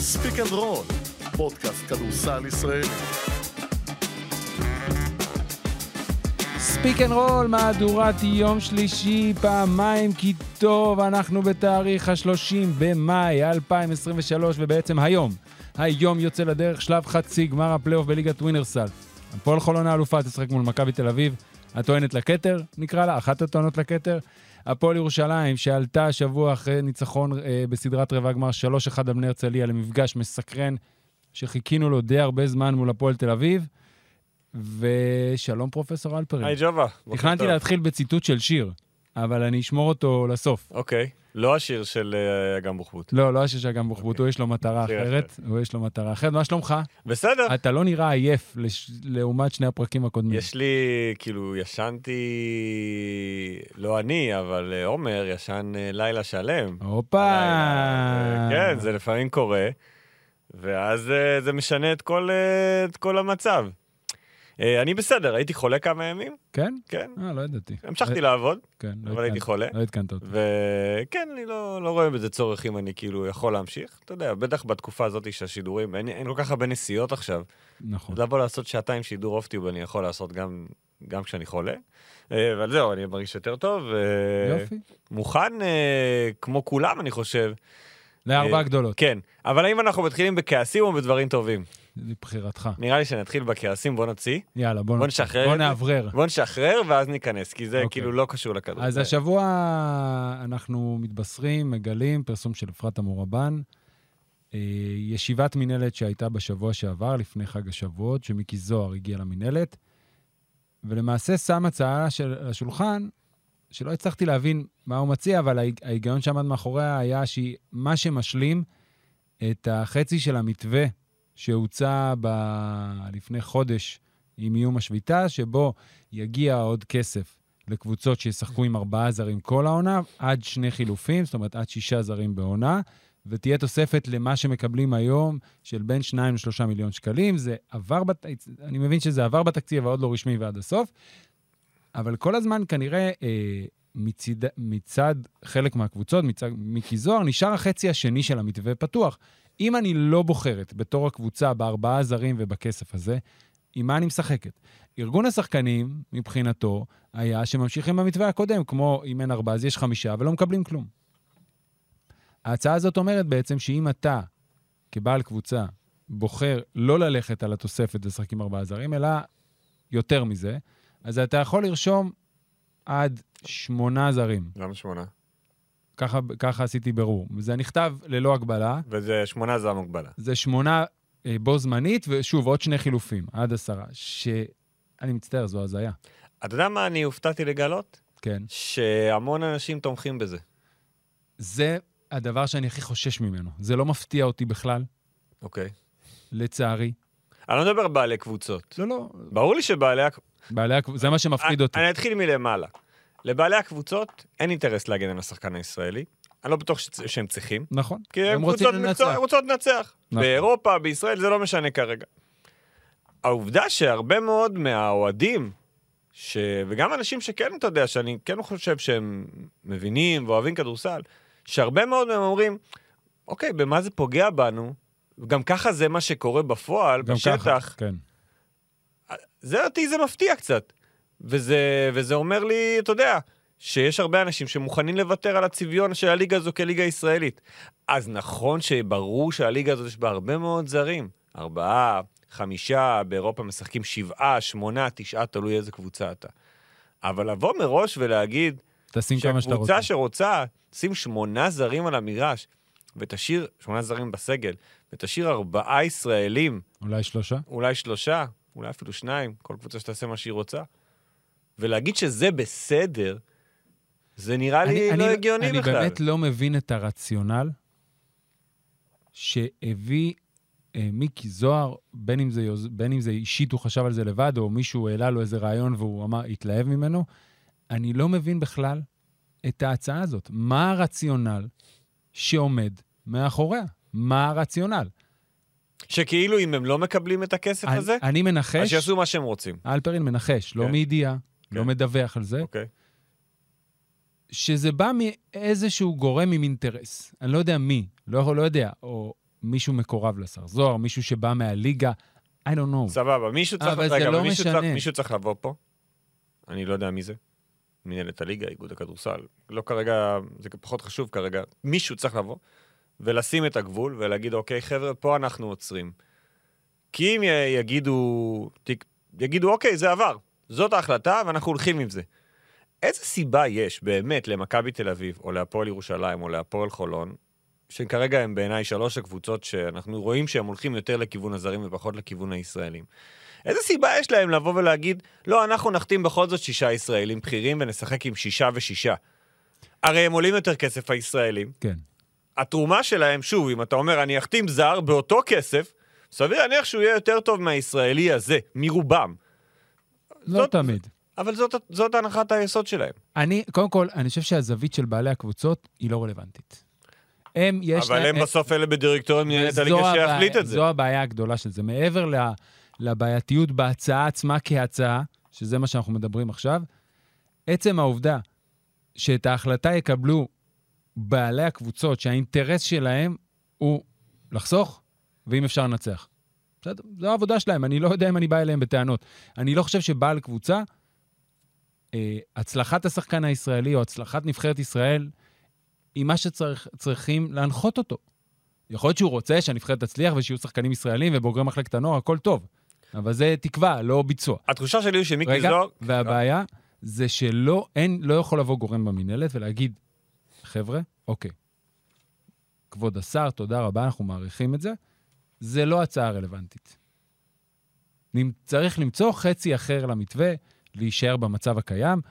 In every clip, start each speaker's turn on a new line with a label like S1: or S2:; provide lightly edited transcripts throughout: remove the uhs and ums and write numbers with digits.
S1: ספיק אנד רול, פודקאסט כדורסל ישראלי.
S2: ספיק אנד רול, מהדורת יום שלישי, פעמיים כי טוב, אנחנו בתאריך ה-30 במאי 2023, ובעצם היום יוצא לדרך שלב חצי גמר הפלייאוף בליגת ווינרסל. הפועל חולון האלופה תשחק מול מכבי תל אביב, הטוענת לכתר, נקרא לה, אחת הטוענות לכתר. הפועל ירושלים שעלתה השבוע אחרי ניצחון בסדרת רבע גמר 3-1 על בני הרצליה למפגש מסקרן שחיכינו לו די הרבה זמן מול הפועל תל אביב. ושלום פרופסור אלפרין.
S3: היי ג'ובה.
S2: תכננתי להתחיל בציטוט של שיר, אבל אני אשמור אותו לסוף.
S3: אוקיי. לא השיר של אגם בוחבוט.
S2: לא השיר של אגם בוחבוט, הוא יש לו מטרה אחרת. מה שלומך?
S3: בסדר.
S2: אתה לא נראה עייף לעומת שני הפרקים הקודמים.
S3: יש לי, ישנתי, לא אני, אבל עומר ישן לילה שלם.
S2: הופה.
S3: כן, זה לפעמים קורה, ואז זה משנה את כל המצב. אני בסדר, הייתי חולה כמה ימים.
S2: כן?
S3: כן.
S2: לא ידעתי.
S3: המשכתי לעבוד,
S2: כן,
S3: אבל הייתי חולה.
S2: לא התקנת אותי.
S3: וכן, אני לא רואה בזה צורך אם אני יכול להמשיך. אתה יודע, בטח בתקופה הזאת שהשידורים, אין כל כך הרבה נסיעות עכשיו.
S2: נכון.
S3: אז לבוא לעשות שעתיים שידור אוף-טיוב, אני יכול לעשות גם כשאני חולה. אבל זהו, אני מרגיש יותר טוב.
S2: יופי.
S3: מוכן, כמו כולם, אני חושב.
S2: לארבע גדולות.
S3: כן, אבל האם אנחנו מתחילים בכעסים או בדברים טובים?
S2: לבחירתך.
S3: נראה לי שנתחיל בכעסים, בוא נוציא.
S2: יאללה, בוא
S3: נשחרר.
S2: בוא נעברר.
S3: בוא נשחרר ואז ניכנס, כי זה כאילו לא קשור לכדור.
S2: אז השבוע אנחנו מתבשרים, מגלים, פרסום של אפרת המורבן, ישיבת מנהלת שהייתה בשבוע שעבר, לפני חג השבועות, שמיקי זוהר הגיע למנהלת, ולמעשה שם הצעה של השולחן, שלא הצלחתי להבין מה הוא מציע, אבל ההיגיון שעמד מאחוריה היה שמה שמשלים את החצי של המתווה שהוצא לפני חודש עם איום השביתה, שבו יגיע עוד כסף לקבוצות שישחקו עם 4 זרים כל העונה, עד 2 חילופים, זאת אומרת עד 6 זרים בעונה, ותהיה תוספת למה שמקבלים היום של בין 2 ל-3 מיליון שקלים. אני מבין שזה עבר בתקציב, ועוד לא רשמי ועד הסוף, אבל כל הזמן כנראה מצד חלק מהקבוצות, מצד מיקי זוהר, נשאר החצי השני של המתווה פתוח. אם אני לא בוחרת בתור הקבוצה ב4 זרים ובכסף הזה, עם מה אני משחקת? ארגון השחקנים, מבחינתו, היה שממשיכים במתווה הקודם, כמו אם אין 4, אז יש 5 ולא מקבלים כלום. ההצעה הזאת אומרת בעצם שאם אתה, כבעל קבוצה, בוחר לא ללכת על התוספת לשחקים 4 זרים, אלא יותר מזה, אז אתה יכול לרשום עד 8 זרים.
S3: למה 8?
S2: ככה עשיתי ברור. זה נכתב ללא הגבלה.
S3: וזה 8 זה המוגבלה.
S2: זה 8 בו זמנית, ושוב, עוד 2 חילופים, עד 10, שאני מצטער, זו הזיה.
S3: אתה יודע מה אני הופתעתי לגלות?
S2: כן.
S3: שהמון אנשים תומכים בזה.
S2: זה הדבר שאני הכי חושש ממנו. זה לא מפתיע אותי בכלל.
S3: אוקיי.
S2: לצערי.
S3: אני לא מדבר בעלי קבוצות.
S2: לא.
S3: ברור לי שבעלי
S2: זה מה שמפחיד אותי.
S3: אני אתחיל מלמעלה. לבעלי הקבוצות אין אינטרס להגן על השחקן הישראלי. אני לא בטוח שהם צריכים.
S2: נכון.
S3: כי הם רוצות לנצח. באירופה, בישראל, זה לא משנה כרגע. העובדה שהרבה מאוד מהאוהדים, וגם אנשים שכן, אתה יודע, שאני כן חושב שהם מבינים ואוהבים כדורסל, שהרבה מאוד מהם אומרים, אוקיי, במה זה פוגע בנו? גם ככה זה מה שקורה בפועל, בשטח.
S2: כן.
S3: זה מפתיע קצת. וזה אומר לי, אתה יודע, שיש הרבה אנשים שמוכנים לוותר על הצביון של הליגה הזו כליגה ישראלית. אז נכון שברור שהליגה הזאת יש בה הרבה מאוד זרים. 4, 5, באירופה משחקים 7, 8, 9, תלוי איזה קבוצה אתה. אבל לבוא מראש ולהגיד, שקבוצה שרוצה, שים 8 זרים על המגרש, ותשאיר 8 זרים בסגל, ותשאיר 4 ישראלים.
S2: אולי 3?
S3: אולי 3, אולי אפילו 2, כל קבוצה שתעשה מה שהיא רוצה. ולהגיד שזה בסדר, זה נראה לי לא הגיוני בכלל.
S2: אני באמת לא מבין את הרציונל שהביא מיקי זוהר, בין אם זה אישית הוא חשב על זה לבד, או מישהו העלה לו איזה רעיון והוא אמר, התלהב ממנו. אני לא מבין בכלל את ההצעה הזאת. מה הרציונל שעומד מאחוריה? מה הרציונל?
S3: שכאילו אם הם לא מקבלים את הכסף הזה,
S2: אני מנחש,
S3: אז שיעשו מה שהם רוצים.
S2: אלפרין מנחש, לא מידיעה, לא מדווח על זה, שזה בא מאיזשהו גורם עם אינטרס. אני לא יודע מי, לא יודע, או מישהו מקורב לשר זוהר, מישהו שבא מהליגה, I don't know.
S3: סבבה, מישהו צריך לבוא פה. אני לא יודע מי זה. מנהלת הליגה, איגוד הכדורסל. לא כרגע, זה פחות חשוב כרגע. מישהו צריך לבוא ולשים את הגבול ולהגיד, אוקיי, חבר'ה, פה אנחנו עוצרים. כי אם יגידו, אוקיי, זה עבר. זאת ההחלטה ואנחנו הולכים עם זה. איזה סיבה יש באמת למכבי תל אביב, או להפועל ירושלים, או להפועל חולון, שכרגע הם בעיניי 3 הקבוצות שאנחנו רואים שהם הולכים יותר לכיוון הזרים ופחות לכיוון הישראלים. איזה סיבה יש להם לבוא ולהגיד, לא, אנחנו נחתים בכל זאת 6 ישראלים בחירים ונשחק עם 6 ו6. הרי הם עולים יותר כסף הישראלים.
S2: כן.
S3: התרומה שלהם, שוב, אם אתה אומר, אני אחתים זר באותו כסף, סביר להניח שהוא יהיה יותר טוב מהישראלי הזה, מרובם.
S2: לא תמיד.
S3: אבל זאת הנחת היסוד שלהם.
S2: קודם כל, אני חושב שהזווית של בעלי הקבוצות היא לא רלוונטית.
S3: אבל הם בסוף אלה בדירקטוריון מנהלת הליגה שיחליט את זה.
S2: זו הבעיה הגדולה של זה. מעבר לבעייתיות בהצעה עצמה כהצעה, שזה מה שאנחנו מדברים עכשיו, עצם העובדה שאת ההחלטה יקבלו בעלי הקבוצות, שהאינטרס שלהם הוא לחסוך, ואם אפשר לנצח. בסדר? זו העבודה שלהם, אני לא יודע אם אני בא אליהם בטענות. אני לא חושב שבעל קבוצה, הצלחת השחקן הישראלי או הצלחת נבחרת ישראל, היא מה שצריכים להנחות אותו. יכול להיות שהוא רוצה שהנבחרת תצליח ושיהיו שחקנים ישראלים ובוגרי מחלקת הנוער, הכל טוב. אבל זה תקווה, לא ביצוע.
S3: התחושה שלי היא שמיקי זוהר...
S2: רגע, והבעיה זה לא יכול לבוא גורם במנהלת ולהגיד, חבר'ה, אוקיי, כבוד השר, תודה רבה, אנחנו מעריכים את זה. זה לא הצעה רלוונטית. צריך למצוא חצי אחר למתווה, להישאר במצב הקיים.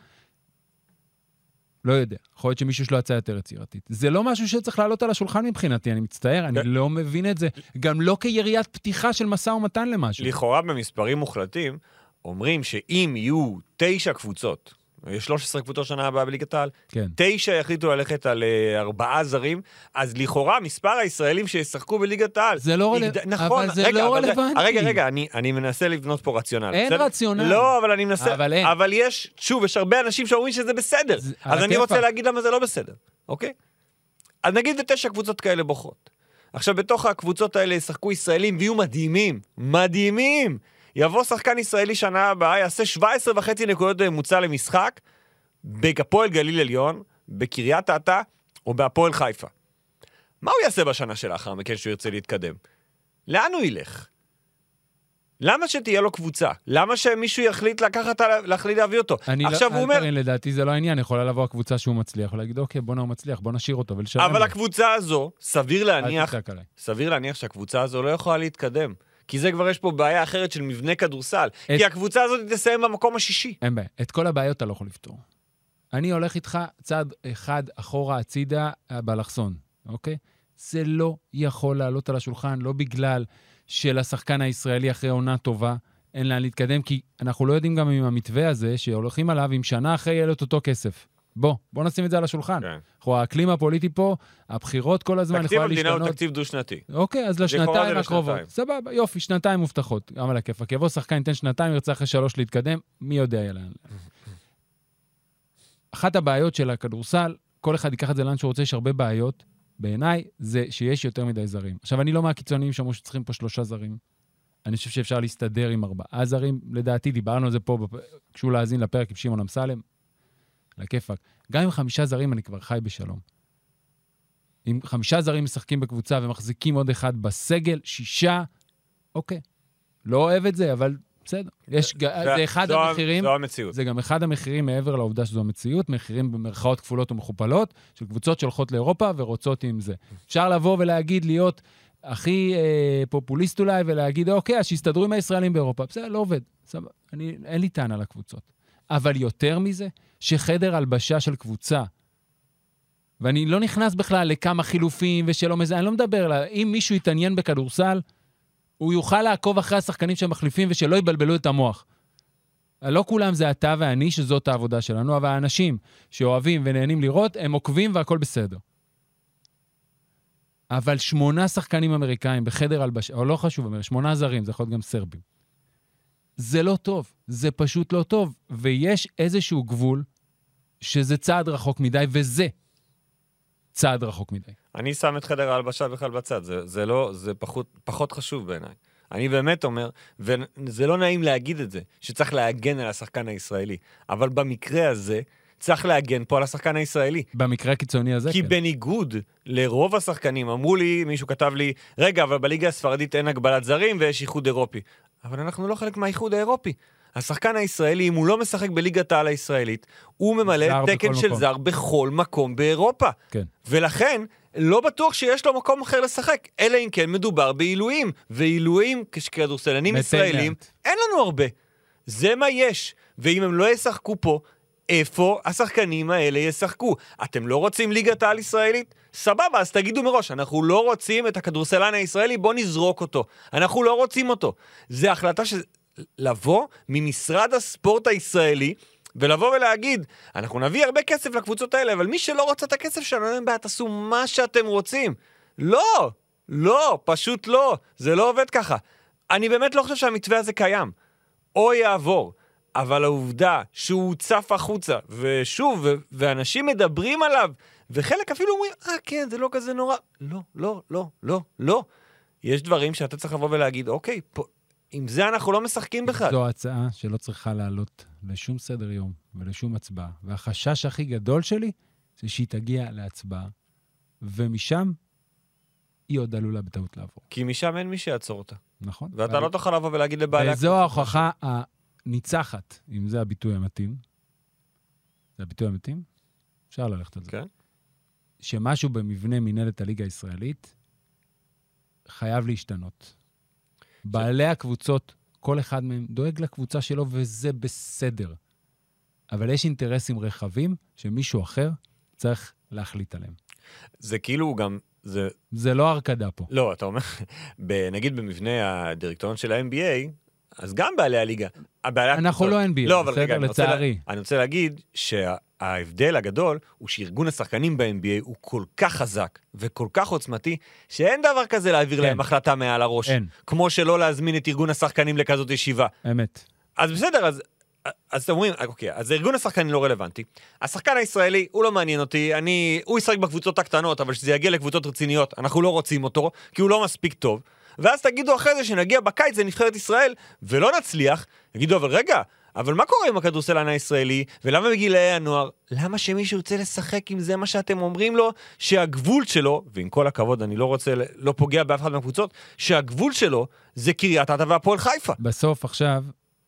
S2: לא יודע. יכול להיות שמישהו שלא הצעה יותר יצירתית. זה לא משהו שצריך לעלות על השולחן מבחינתי, אני מצטער, אני לא מבין את זה. גם לא כיריית פתיחה של משא ומתן למשהו.
S3: לכאורה במספרים מוחלטים, אומרים שאם יהיו 9 קבוצות, יש 13 קבוצות שנה הבאה בליגת העל, 9 יחליטו ללכת על 4 זרים, אז לכאורה מספר הישראלים שישחקו בליגת העל.
S2: זה לא רלוונטי.
S3: נכון,
S2: אבל זה לא רלוונטי.
S3: רגע, אני מנסה לבנות פה רציונל.
S2: אין רציונל.
S3: לא, אבל אני מנסה. אבל יש, שוב, יש הרבה אנשים שאומרים שזה בסדר. אז אני רוצה להגיד למה זה לא בסדר. אוקיי? אז נגיד 9 קבוצות כאלה בוחרות. עכשיו, בתוך הקבוצות האלה ישחקו ישראלים ויהיו מדהימים. מדהימים. יבוא שחקן ישראלי שנה הבאה, יעשה 17.5 נקודות ממוצע למשחק, בהפועל גליל עליון, בקריית אתא, או בהפועל חיפה. מה הוא יעשה בשנה שלאחר מכן שהוא ירצה להתקדם? לאן הוא ילך? למה שתהיה לו קבוצה? למה שמישהו יחליט להחליט להביא אותו? עכשיו הוא אומר...
S2: לדעתי זה לא העניין, יכולה לבוא הקבוצה שהוא מצליח, ולהגיד, אוקיי, בוא הוא מצליח, בוא נשאיר אותו ולשלם.
S3: אבל הקבוצה הזו, סביר להניח שהקבוצה הזו לא יכולה להתקדם. כי זה כבר יש פה בעיה אחרת של מבנה כדורסל. כי הקבוצה הזאת תסיים במקום השישי.
S2: אין בעיה. את כל הבעיות אתה לא יכול לפתור. אני הולך איתך צעד אחד אחורה הצידה באלכסון, אוקיי? זה לא יכול לעלות על השולחן, לא בגלל שלשחקן הישראלי אחרי עונה טובה, אין לאן להתקדם, כי אנחנו לא יודעים גם עם המתווה הזה, שהולכים עליו עם שנה אחרי יהיה לו את אותו כסף. בוא נשים את זה על השולחן. האקלים הפוליטי פה, הבחירות כל הזמן יכולה להשתנות.
S3: תקציב המדינה הוא תקציב דו-שנתי.
S2: אוקיי, אז לשנתיים הקרובות. סבבה, יופי, 2 מובטחות. גם על הכיף. יבוא שחקן, ייתן 2, ירצה אחרי 3 להתקדם, מי יודע יהיה לאן. אחת הבעיות של הכדורסל, כל אחד ייקח את זה לאן שהוא רוצה, יש הרבה בעיות, בעיניי, זה שיש יותר מדי זרים. עכשיו, אני לא מהקיצוניים שאמרו שצריכים פה 3 זרים. אני חושב שאפשר להסתדר עם 4 זרים. לדעתי, דיברנו על זה פה, כשהוא להאזין לפרק עם שמעון אמסלם. לכיפק. גם עם 5 זרים אני כבר חי בשלום. אם 5 זרים משחקים בקבוצה ומחזיקים עוד אחד בסגל, 6, אוקיי. לא אוהב את זה, אבל בסדר. זה אחד המחירים.
S3: זו המציאות.
S2: זה גם אחד המחירים מעבר לעובדה שזו המציאות, מחירים במרכאות כפולות ומכופלות, של קבוצות שהולכות לאירופה ורוצות עם זה. אפשר לבוא ולהגיד, להיות הכי פופוליסט אולי, ולהגיד, אוקיי, אז שיסתדרו עם הישראלים באירופה. בסדר, לא עובד. אין לי טענה על הקבוצות. אבל יותר מזה, שחדר הלבשה של קבוצה, ואני לא נכנס בכלל לכמה חילופים ושלא מזה, אני לא מדבר עליו, אם מישהו יתעניין בכדורסל, הוא יוכל לעקוב אחרי השחקנים שמחליפים ושלא יבלבלו את המוח. לא כולם זה אתה ואני, שזאת העבודה שלנו, אבל האנשים שאוהבים ונהנים לראות, הם עוקבים והכל בסדר. אבל 8 שחקנים אמריקאים בחדר הלבשה, או לא חשוב, 8 זרים, זה יכול להיות גם סרבים. זה לא טוב, זה פשוט לא טוב, ויש איזשהו גבול שזה צעד רחוק מדי, וזה צעד רחוק מדי.
S3: אני שם את חדר ההלבשה בכלל בצד, זה פחות חשוב בעיניי. אני באמת אומר, וזה לא נעים להגיד את זה, שצריך להגן על השחקן הישראלי, אבל במקרה הזה, צריך להגן פה על השחקן הישראלי.
S2: במקרה הקיצוני הזה,
S3: כי בניגוד לרוב השחקנים, אמרו לי, מישהו כתב לי, רגע, אבל בליגה הספרדית אין הגבלת זרים ויש איחוד אירופי. אבל אנחנו לא חלק מהאיחוד האירופי. השחקן הישראלי, אם הוא לא משחק בליגת העל הישראלית, הוא ממלא תקן של זר בכל מקום באירופה.
S2: כן.
S3: ולכן, לא בטוח שיש לו מקום אחר לשחק, אלא אם כן מדובר בעילויים. ועילויים כשכדורסלנים ישראלים, אין לנו הרבה. זה מה יש. ואם הם לא ישחקו פה, איפה השחקנים האלה ישחקו? אתם לא רוצים ליגת העל ישראלית? סבבה, אז תגידו מראש, אנחנו לא רוצים את הכדורסלן הישראלי, בוא נזרוק אותו. אנחנו לא רוצים אותו. זה החלטה לבוא ממשרד הספורט הישראלי, ולבוא ולהגיד, אנחנו נביא הרבה כסף לקבוצות האלה, אבל מי שלא רוצה את הכסף שלנו, אין בעיה, תעשו מה שאתם רוצים. לא, פשוט לא. זה לא עובד ככה. אני באמת לא חושב שהמתווה הזה קיים. או יעבור. אבל העובדה שהוא צף החוצה, ושוב, ואנשים מדברים עליו, וחלק אפילו אומרים, כן, זה לא כזה נורא. לא. יש דברים שאתה צריך לבוא ולהגיד, אוקיי, פה, עם זה אנחנו לא משחקים בכלל.
S2: זו הצעה שלא צריכה לעלות לשום סדר יום ולשום הצבעה. והחשש הכי גדול שלי זה שהיא תגיע להצבעה, ומשם היא עוד עלולה בטעות לעבור.
S3: כי משם אין מי שיעצור אותה.
S2: נכון.
S3: ואתה לא תוכל לבוא ולהגיד לבעלי...
S2: וזו ההוכחה ניצחת, אם זה הביטוי המתאים. זה הביטוי המתאים? אפשר ללכת על זה.
S3: כן.
S2: שמשהו במבנה מנהלת הליגה הישראלית חייב להשתנות. בעלי הקבוצות, כל אחד מהם דואג לקבוצה שלו, וזה בסדר. אבל יש אינטרסים רחבים שמישהו אחר צריך להחליט עליהם.
S3: זה כאילו גם...
S2: זה לא הרכדה פה.
S3: לא, אתה אומר, נגיד במבנה הדירקטוריון של ה-NBA, אז גם בעלי הליגה.
S2: אנחנו לא NBA,
S3: לא, אבל רגע,
S2: לצערי.
S3: אני רוצה להגיד שההבדל הגדול הוא שארגון השחקנים ב-NBA הוא כל כך חזק וכל כך עוצמתי, שאין דבר כזה להעביר להם החלטה מעל הראש.
S2: אין.
S3: כמו שלא להזמין את ארגון השחקנים לכזאת ישיבה.
S2: אמת.
S3: אז בסדר, אז אתם אומרים, אוקיי, אז ארגון השחקנים לא רלוונטי. השחקן הישראלי, הוא לא מעניין אותי, הוא ישחק בקבוצות הקטנות, אבל שזה יגיע לקבוצות רציניות, אנחנו לא רוצים אותו, כי הוא לא מספיק טוב. ואז תגידו אחרי זה שנגיע בקיץ לנבחרת ישראל, ולא נצליח, תגידו, אבל רגע, אבל מה קורה עם הכדורסלן הישראלי, ולמה בגילאי הנוער? למה שמישהו ירצה לשחק עם זה מה שאתם אומרים לו, שהגבול שלו, ועם כל הכבוד אני לא פוגע באף אחד מהקבוצות, שהגבול שלו זה קריית אתא והפועל חיפה.
S2: בסוף עכשיו,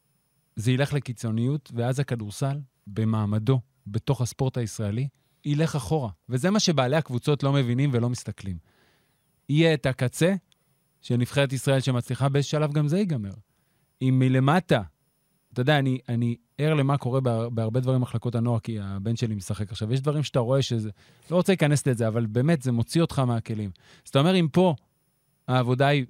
S2: זה ילך לקיצוניות, ואז הכדורסל, במעמדו, בתוך הספורט הישראלי, ילך אחורה. וזה מה שבעלי הקבוצות לא מבינים ולא מסתכלים. יהיה את הקצה, של נבחרת ישראל שמצליחה באיזה שלב גם זה ייגמר. אם מלמטה, אתה יודע, אני ער למה קורה בהרבה דברים מחלקות הנוער, כי הבן שלי משחק עכשיו. יש דברים שאתה רואה שזה, לא רוצה להיכנס לזה, אבל באמת זה מוציא אותך מהכלים. אז אתה אומר, אם פה העבודה היא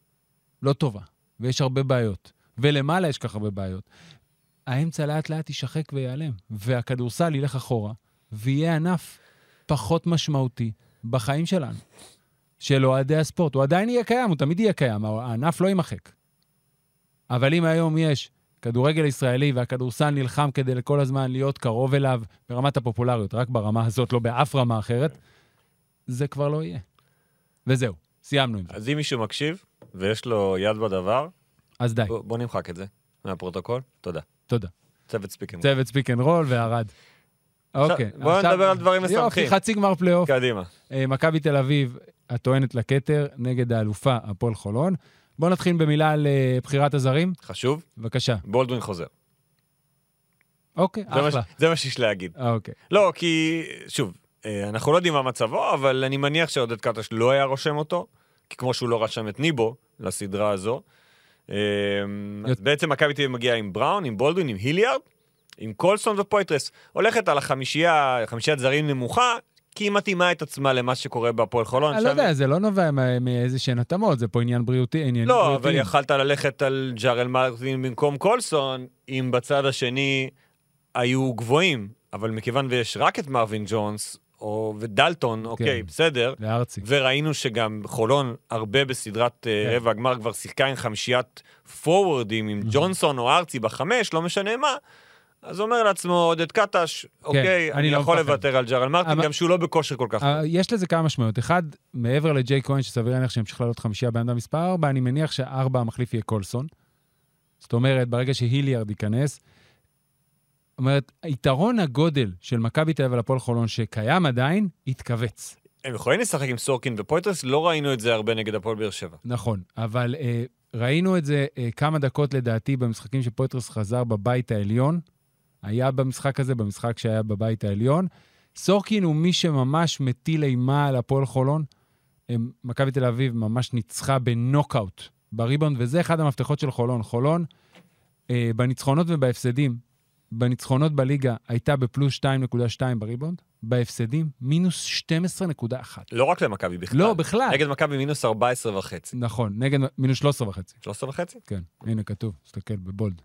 S2: לא טובה, ויש הרבה בעיות, ולמעלה יש כך הרבה בעיות, האמצע לאט לאט יישחק ויעלם, והכדורסל ילך אחורה, ויהיה ענף פחות משמעותי בחיים שלנו. של אוהדי הספורט. הוא עדיין יהיה קיים, הוא תמיד יהיה קיים, הענף לא יימחק. אבל אם היום יש כדורגל ישראלי והכדורסל נלחם כדי לכל הזמן להיות קרוב אליו ברמת הפופולריות, רק ברמה הזאת, לא באף רמה אחרת, זה כבר לא יהיה. וזהו, סיימנו עם זה.
S3: אז אם מישהו מקשיב ויש לו יד בדבר,
S2: אז די.
S3: בוא נמחק את זה מהפרוטוקול. תודה.
S2: תודה.
S3: צוות ספיק אנד רול.
S2: צוות ספיק אנד רול והרד. אוקיי.
S3: בואו נדבר על דברים משמחים.
S2: יופי, חצי גמר פלייאוף.
S3: קדימה.
S2: מכבי תל אביב, הטוענת לכתר, נגד האלופה, הפועל חולון. בואו נתחיל במילה על בחירת הזרים.
S3: חשוב.
S2: בבקשה.
S3: בולדווין חוזר.
S2: אוקיי, אחלה.
S3: זה מה שיש להגיד.
S2: אוקיי.
S3: לא, כי, שוב, אנחנו לא יודעים מה מצבו, אבל אני מניח שעודד קטש לא היה רושם אותו, כי כמו שהוא לא רשם את ניבו לסדרה הזו. אז בעצם מכבי תל אביב מגיעה עם בראון, עם בולדווין, עם היליארד, עם קולסון ופויטרס. הולכת על חמישיית זרים נמוכה, כי היא מתאימה את עצמה למה שקורה בהפועל חולון.
S2: אני לא יודע, זה לא נובע מאיזה שהן התאמות, זה פה עניין בריאותי.
S3: לא, אבל יכלת ללכת על ג'רל מרטין במקום קולסון, אם בצד השני היו גבוהים, אבל מכיוון ויש רק את מרווין ג'ונס, ודלטון, אוקיי, בסדר.
S2: וארצי.
S3: וראינו שגם חולון הרבה בסדרת רבע הגמר כבר שיחקה עם חמישיית פורורדים, עם ג'ונסון או ארצי בחמש, לא משנה מה, אז הוא אומר לעצמו, עודד קטש, אוקיי, אני יכול לוותר על ג'רל מרטין, גם שהוא לא בכושר כל כך.
S2: יש לזה כמה משמעויות. אחד, מעבר לג'יי כהן, שסביר להניח שימשיך לעלות 5 בעמדה מספר 4, אני מניח ש4 המחליף יהיה קולסון. זאת אומרת, ברגע שהיליארד ייכנס, זאת אומרת, היתרון הגודל של מכבי תל אביב על הפועל חולון שקיים עדיין, יתכווץ.
S3: הם יכולים לשחק עם סורקין ופויטרס, לא ראינו את זה הרבה נגד הפועל באר שבע.
S2: נכון, אבל ראינו את זה כמה דקות לדעתי במשחקים שפויטרס חזר בבית העליון, היה במשחק הזה, במשחק שהיה בבית העליון. סורקין הוא מי שממש מטיל אימה על הפועל חולון. מכבי תל אביב ממש ניצחה בנוקאוט בריבאונד, וזה אחד המפתחות של חולון. חולון, בניצחונות ובהפסדים, בניצחונות בליגה הייתה בפלוס 2.2 בריבאונד, בהפסדים מינוס 12.1.
S3: לא רק למכבי בכלל.
S2: לא, בכלל.
S3: נגד מכבי מינוס 14.5.
S2: נכון, נגד מינוס 13.5.
S3: 13.5?
S2: כן, הנה כתוב, תסתכל, בבולד.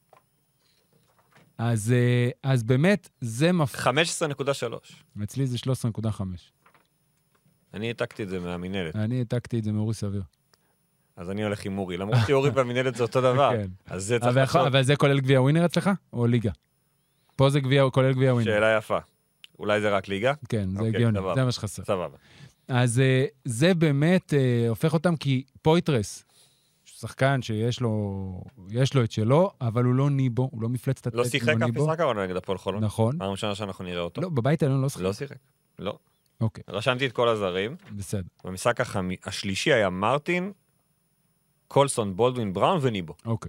S2: אז באמת, זה
S3: 15.3.
S2: אצלי זה 13.5. אני
S3: העתקתי את זה מהמינלת.
S2: אני העתקתי את זה מאורי סביר.
S3: אז אני הולך עם אורי, למרות שאורי והמינלת זה אותו דבר. אז זה צריך לחשוב.
S2: אבל זה כולל גביע ווינר אצלך? או ליגה? פה זה כולל גביע ווינר.
S3: שאלה יפה. אולי זה רק ליגה?
S2: כן, זה הגיוני, זה מה שחסר.
S3: סבבה.
S2: אז זה באמת הופך אותם, כי פויטרס, שחקן שיש לו את שלו, אבל הוא לא ניבו, הוא לא מפלצת
S3: לא שיחק אף משחק העונה נגד הפועל חולון.
S2: נכון.
S3: פעם ראשונה שאנחנו נראה אותו.
S2: לא, בבית העליון לא שיחק.
S3: לא שיחק, לא.
S2: אוקיי.
S3: רשמתי את כל הזרים.
S2: בסדר.
S3: במשחק השלישי היה מרטין, קולסון, בולדווין, בראון וניבו.
S2: אוקיי.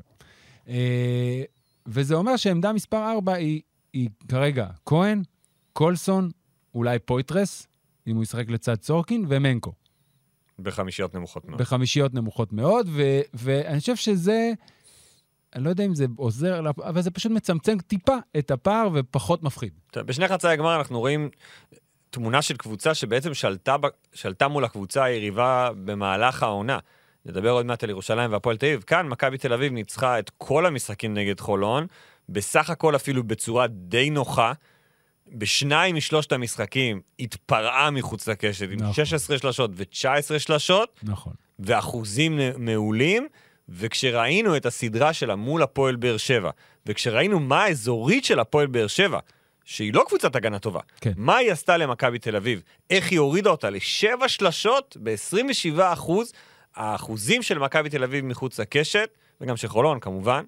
S2: וזה אומר שעמדה מספר 4 היא כרגע כהן, קולסון, אולי פויטרס, אם הוא ישחק לצד סורקין, ומנקו.
S3: בחמישיות נמוכות מאוד.
S2: בחמישיות נמוכות מאוד, ואני חושב שזה, אני לא יודע אם זה עוזר, אבל זה פשוט מצמצם טיפה את הפער ופחות מפחיד.
S3: בשני חצאי הגמר אנחנו רואים תמונה של קבוצה שבעצם שלטה מול הקבוצה היריבה במהלך העונה. נדבר עוד מעט על ירושלים והפועל תל אביב. כאן מכבי תל אביב ניצחה את כל המשחקים נגד חולון, בסך הכל אפילו בצורה די נוחה. בשניים משלושת המשחקים התפרעה מחוץ לקשת, עם 16 שלשות ו19 שלשות,
S2: נכון.
S3: ואחוזים מעולים, וכשראינו את הסדרה שלה מול הפועל באר שבע, וכשראינו מה האזורית של הפועל באר שבע, שהיא לא קבוצת הגנה טובה,
S2: כן.
S3: מה היא עשתה למכבי תל אביב, איך היא הורידה אותה ל7 שלשות, ב-27%, האחוזים של מכבי תל אביב מחוץ לקשת, וגם של חולון כמובן,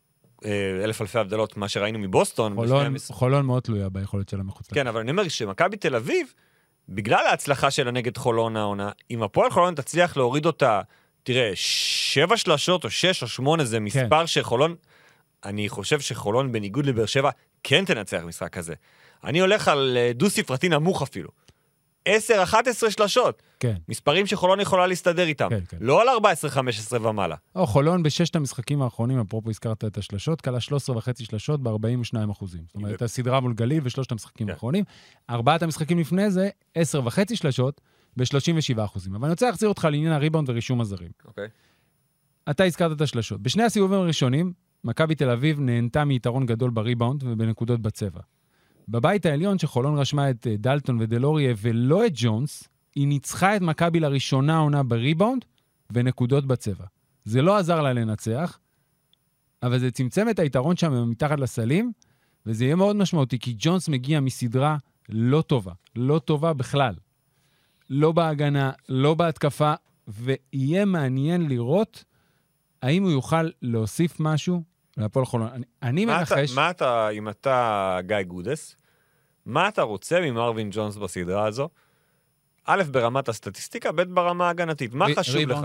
S3: 1,000 אלפי הבדלות, מה שראינו מבוסטון.
S2: חולון מאוד תלויה ביכולת שלה מחוץ.
S3: כן, אבל אני אומר שמכבי תל אביב, בגלל ההצלחה שלה נגד חולון העונה, אם הפועל חולון תצליח להוריד אותה, תראה, 7 שלשות או 6 או 8 זה מספר שחולון, אני חושב שחולון בניגוד לבאר שבע, כן תנצח משחק כזה. אני הולך על דו ספרתי נמוך אפילו. 10-11 שלשות.
S2: כן.
S3: מספרים שחולון יכולה להסתדר איתם.
S2: כן, כן.
S3: לא על 14-15 ומעלה.
S2: חולון בששת המשחקים האחרונים, אפרופו הזכרת את השלשות, קלה 13.5 שלשות ב-42%. זאת אומרת, הסדרה מול גליל ושלושת המשחקים האחרונים. 4 המשחקים לפני זה, 10.5 שלשות ב-37%. אבל אני רוצה להחזיר אותך לעניין הריבאונד ורישום הזרים.
S3: אוקיי.
S2: אתה הזכרת את השלשות. בשני הסיבובים הראשונים, מכבי תל אביב נהנתה מיתרון גדול בריבאונד ובנקודות בצבע. בבית העליון שחולון רשמה את דלטון ודלוריה ולא את ג'ונס, היא ניצחה את מכבי לראשונה עונה בריבאונד ונקודות בצבע. זה לא עזר לה לנצח, אבל זה צמצם את היתרון שם מתחת לסלים, וזה יהיה מאוד משמעותי, כי ג'ונס מגיע מסדרה לא טובה, לא טובה בכלל. לא בהגנה, לא בהתקפה, ויהיה מעניין לראות האם הוא יוכל להוסיף משהו להפועל חולון. אני מנחש...
S3: מה אתה, אם אתה גיא גודס, מה אתה רוצה ממרווין ג'ונס בסדרה הזו? א', ברמת הסטטיסטיקה, ב', ברמה ההגנתית. מה חשוב לך?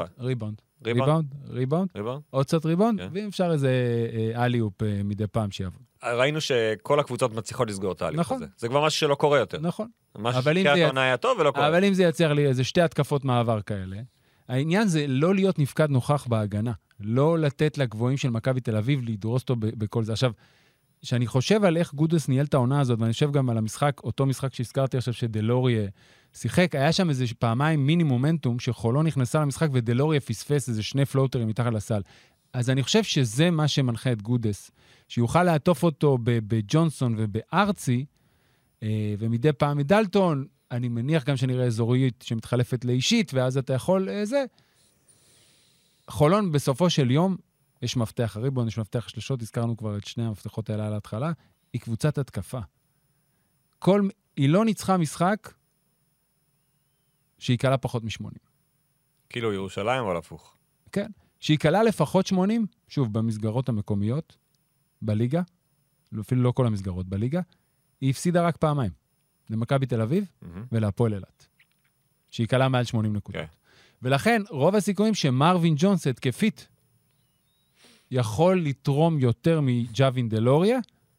S2: ריבאונד. עוד קצת ריבאונד, ואם אפשר איזה אליופ מדי פעם שיעבוד.
S3: ראינו שכל הקבוצות מצליחות לסגור את האליופ הזה.
S2: נכון.
S3: זה כבר משהו שלא קורה יותר.
S2: נכון.
S3: משהו שתקיעת העונה היה טוב ולא קורה.
S2: אבל אם זה יצר לי איזה 2 התקפות מעבר כאלה, העניין זה לא להיות נפקד נוכח בהגנה. לא לתת לגבוהים של מכבי תל אביב לדרוס אותו בכל זה. עכשיו, שאני חושב על איך גודס ניהל את העונה הזאת, ואני חושב גם על המשחק, אותו משחק שהזכרתי עכשיו שדלוריה שיחק, היה שם איזה פעמיים מיני מומנטום שחולון נכנסה למשחק ודלוריה פספס איזה 2 פלוטרים מתחת לסל. אז אני חושב שזה מה שמנחה את גודס, שיוכל לעטוף אותו בג'ונסון ובארצי, ומדי פעם מדלטון, אני מניח גם שנראה אזורית שמתחלפת לאישית, ואז אתה יכול זה. חולון בסופו של יום, יש מפתח הריבון, יש מפתח השלשות, הזכרנו כבר את שני המפתחות האלה על ההתחלה, היא קבוצת התקפה. היא לא ניצחה משחק שהיא קלה פחות מ-80.
S3: כאילו ירושלים, אבל הפוך.
S2: כן. שהיא קלה לפחות 80, שוב, במסגרות המקומיות, בליגה, אפילו לא כל המסגרות בליגה, היא הפסידה רק פעמיים. למכבי תל אביב ולהפועל אילת. שהיא קלה מעל 80 נקודות. ולכן, רוב הסיכויים שמרווין ג'ונס התקפית יכול לתרום יותר מג'אווין דלוריה,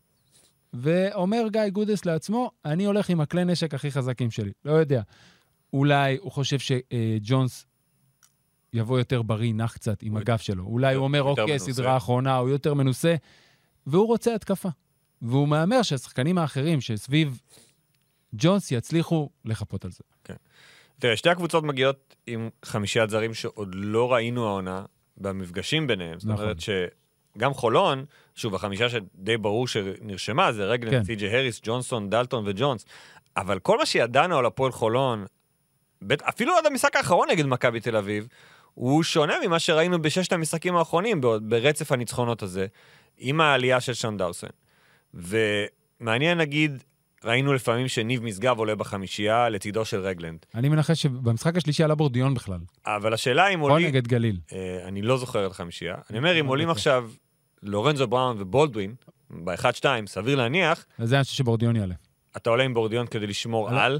S2: ואומר גיא גודס לעצמו, אני הולך עם הכלי נשק הכי חזקים שלי. לא יודע. אולי הוא חושב שג'ונס יבוא יותר בריא, נח קצת עם הגב שלו. אולי הוא אומר, אוקיי, סדרה האחרונה, הוא יותר מנוסה, והוא רוצה התקפה. והוא מאמר שהשחקנים האחרים שסביב ג'ונס יצליחו לחפות על זה.
S3: כן. תראה, שתי הקבוצות מגיעות עם 5 זרים שעוד לא ראינו העונה במפגשים ביניהם. זאת אומרת שגם חולון, שוב, 5 שדי ברור שנרשמה, זה רגלנד, סי.ג'יי הריס, ג'ונסון, דלטון וג'ונס. אבל כל מה שידענו על הפועל חולון, אפילו עד המשחק האחרון נגד מכבי תל אביב, הוא שונה ממה שראינו בששת המשחקים האחרונים, ברצף הניצחונות הזה, עם העלייה של שון דאוסן. ומעניין נגיד, ראינו לפעמים שניב משגב עולה בחמישייה לצידו של רגלנד.
S2: אני מנחש שבמשחק השלישי עלה בורדיון בכלל.
S3: אבל השאלה אם עולים...
S2: או נגד גליל.
S3: אני לא זוכר את חמישייה. אני אומר, אם עולים עכשיו לורנזו בראון ובולדווין, ב-1-2, סביר להניח...
S2: אז זה אני חושב שבורדיון יעלה.
S3: אתה עולה עם בורדיון כדי לשמור על...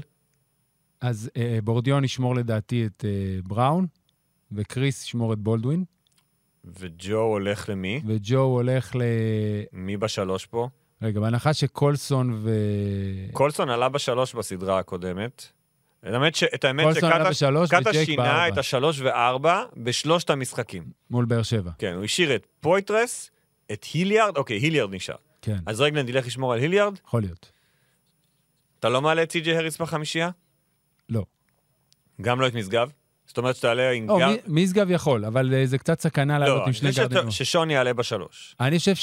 S2: אז בורדיון ישמור לדעתי את בראון, וקריס ישמור את בולדווין.
S3: וג'ו הולך למי?
S2: וג'ו הולך
S3: מי בשלוש פה?
S2: רגע, בהנחה שקולסון
S3: קולסון עלה בשלוש בסדרה הקודמת. את האמת
S2: קולסון עלה בשלוש
S3: שקטה שינה את השלוש וארבע בשלושת המשחקים.
S2: מול באר שבע.
S3: כן, הוא השאיר את פויטרס, את היליארד, אוקיי, היליארד נשאר.
S2: כן.
S3: אז רגלנד ילך לשמור על היליארד?
S2: יכול להיות.
S3: אתה לא מעלה את סי.ג'יי הריס בחמישייה?
S2: לא.
S3: גם לא את משגב? זאת אומרת שאתה עלה עם גארד?
S2: משגב יכול, אבל זה קצת סכנה לעלות עם שני גארדים.
S3: לא, אני חושב ששון יעלה בשלוש.
S2: אני חושב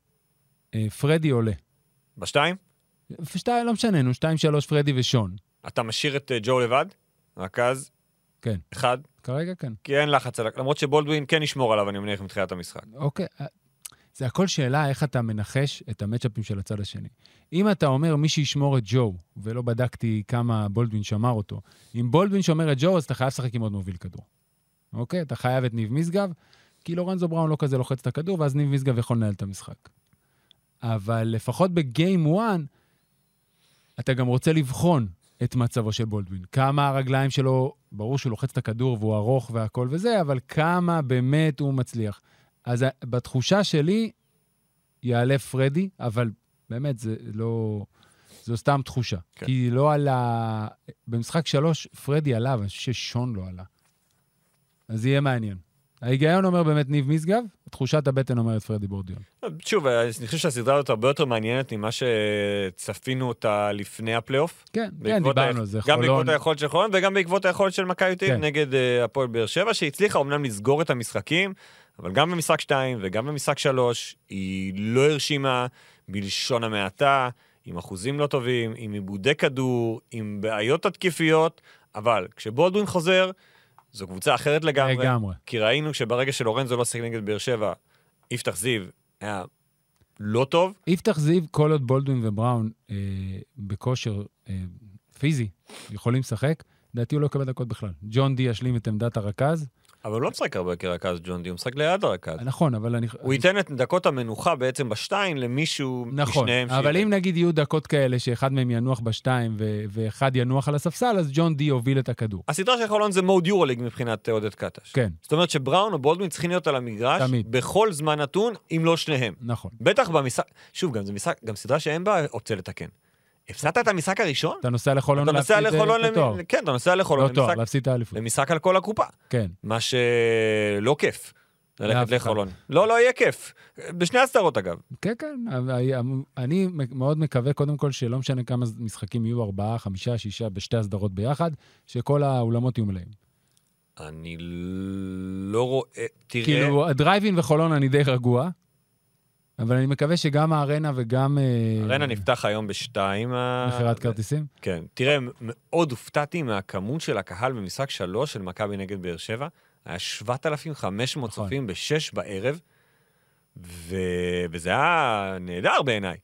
S2: שפרדי עולה.
S3: בשתיים?
S2: לא משננו, 2-3 פרדי ושון.
S3: אתה משאיר את ג'ו לבד? רק אז?
S2: כן.
S3: אחד?
S2: כרגע כן.
S3: כי אין לחץ עליו, למרות שבולדווין כן ישמור עליו, אני מניח מתחילת המשחק.
S2: אוקיי. זה הכל שאלה איך אתה מנחש את המצ'אפים של הצד השני. אם אתה אומר מי שישמור את ג'ו, ולא בדקתי כמה בולדווין שמר אותו, אם בולדווין שומר את ג'ו, אז אתה חייב לשחק עם עוד מוביל כדור. אוקיי? אתה חייב את ניב משגב, כי לורנזו בראון לא כזה לוחץ את הכדור, ואז ניב משגב יכול לנהל את המשחק. אבל לפחות בגיים 1, אתה גם רוצה לבחון את מצבו של בולדווין. כמה הרגליים שלו, ברור שהוא לוחץ את הכדור והוא ארוך והכל וזה, אבל כמה באמת הוא מצליח. אז בתחושה שלי יעלה פרדי, אבל באמת זה לא... זו סתם תחושה. כן. כי לא עלה... במשחק 3 פרדי עלה, אבל אני חושב ששון לא עלה. אז יהיה מעניין. ההיגיון אומר באמת ניב משגב, תחושת הבטן אומרת פרדי בורדיון.
S3: שוב, אני חושב שהסדרה הזאת הרבה יותר מעניינת ממה שצפינו אותה לפני הפלייאוף.
S2: כן, דיברנו על זה.
S3: גם בעקבות היכולת של חולון וגם בעקבות היכולת של מכבי תל אביב נגד הפועל באר שבע, שהצליחה אומנם לסגור את המשחקים, אבל גם במשחק 2 וגם במשחק 3, היא לא הרשימה בלשון המעטה, עם אחוזים לא טובים, עם עיבודי כדור, עם בעיות התקפיות, אבל כשבולדווין חוזר, זו קבוצה אחרת לגמרי. כי ראינו שברגע שלורנזו לא שיחק נגד באר שבע, יפתח זיו היה לא טוב.
S2: יפתח זיו, כל עוד בולדווין ובראון בכושר פיזי יכולים לשחק, דעתי הוא לא יקבל דקות בכלל. ג'ון די ישלים את עמדת הרכז.
S3: אבל הוא לא משחק הרבה כרכז, ג'ון די, הוא משחק ליד הרכז.
S2: נכון, אבל
S3: הוא ייתן את דקות המנוחה בעצם בשתיים למישהו
S2: נכון, אבל אם נגיד יהיו דקות כאלה שאחד מהם ינוח בשתיים ואחד ינוח על הספסל, אז ג'ון די יוביל את הכדור.
S3: הסדרה של חולון זה מוד יורוליג מבחינת עודד קטש.
S2: כן.
S3: זאת אומרת שבראון או בולדווין צריכים להיות על המגרש תמיד. בכל זמן נתון, אם לא שניהם.
S2: נכון.
S3: בטח במשחק, שוב, גם סדרה שאין בה אופציה לתקן. הפסדת את המשחק הראשון?
S2: אתה נוסע לחולון להפסיד את התואר.
S3: כן, אתה נוסע לחולון
S2: למשחק
S3: על כל הקופה.
S2: כן.
S3: מה שלא כיף. ללכת לחולון. לא יהיה כיף. בשני הסדרות אגב.
S2: כן, כן. אני מאוד מקווה קודם כל שלא משנה כמה משחקים יהיו 4, 5, 6 בשתי הסדרות ביחד, שכל האולמות יהיו מלאים.
S3: אני לא רואה...
S2: כאילו, הדרייבין וחולון אני די רגוע. אבל אני מקווה שגם הארנה וגם...
S3: הארנה נפתח היום בשתיים.
S2: מכירת כרטיסים?
S3: כן. תראה, מאוד הופתעתי מהכמות של הקהל במשחק 3 של מכבי נגד באר שבע. היה 7,500 צופים ב-6 בערב, וזה היה נהדר בעיניי.
S2: כן.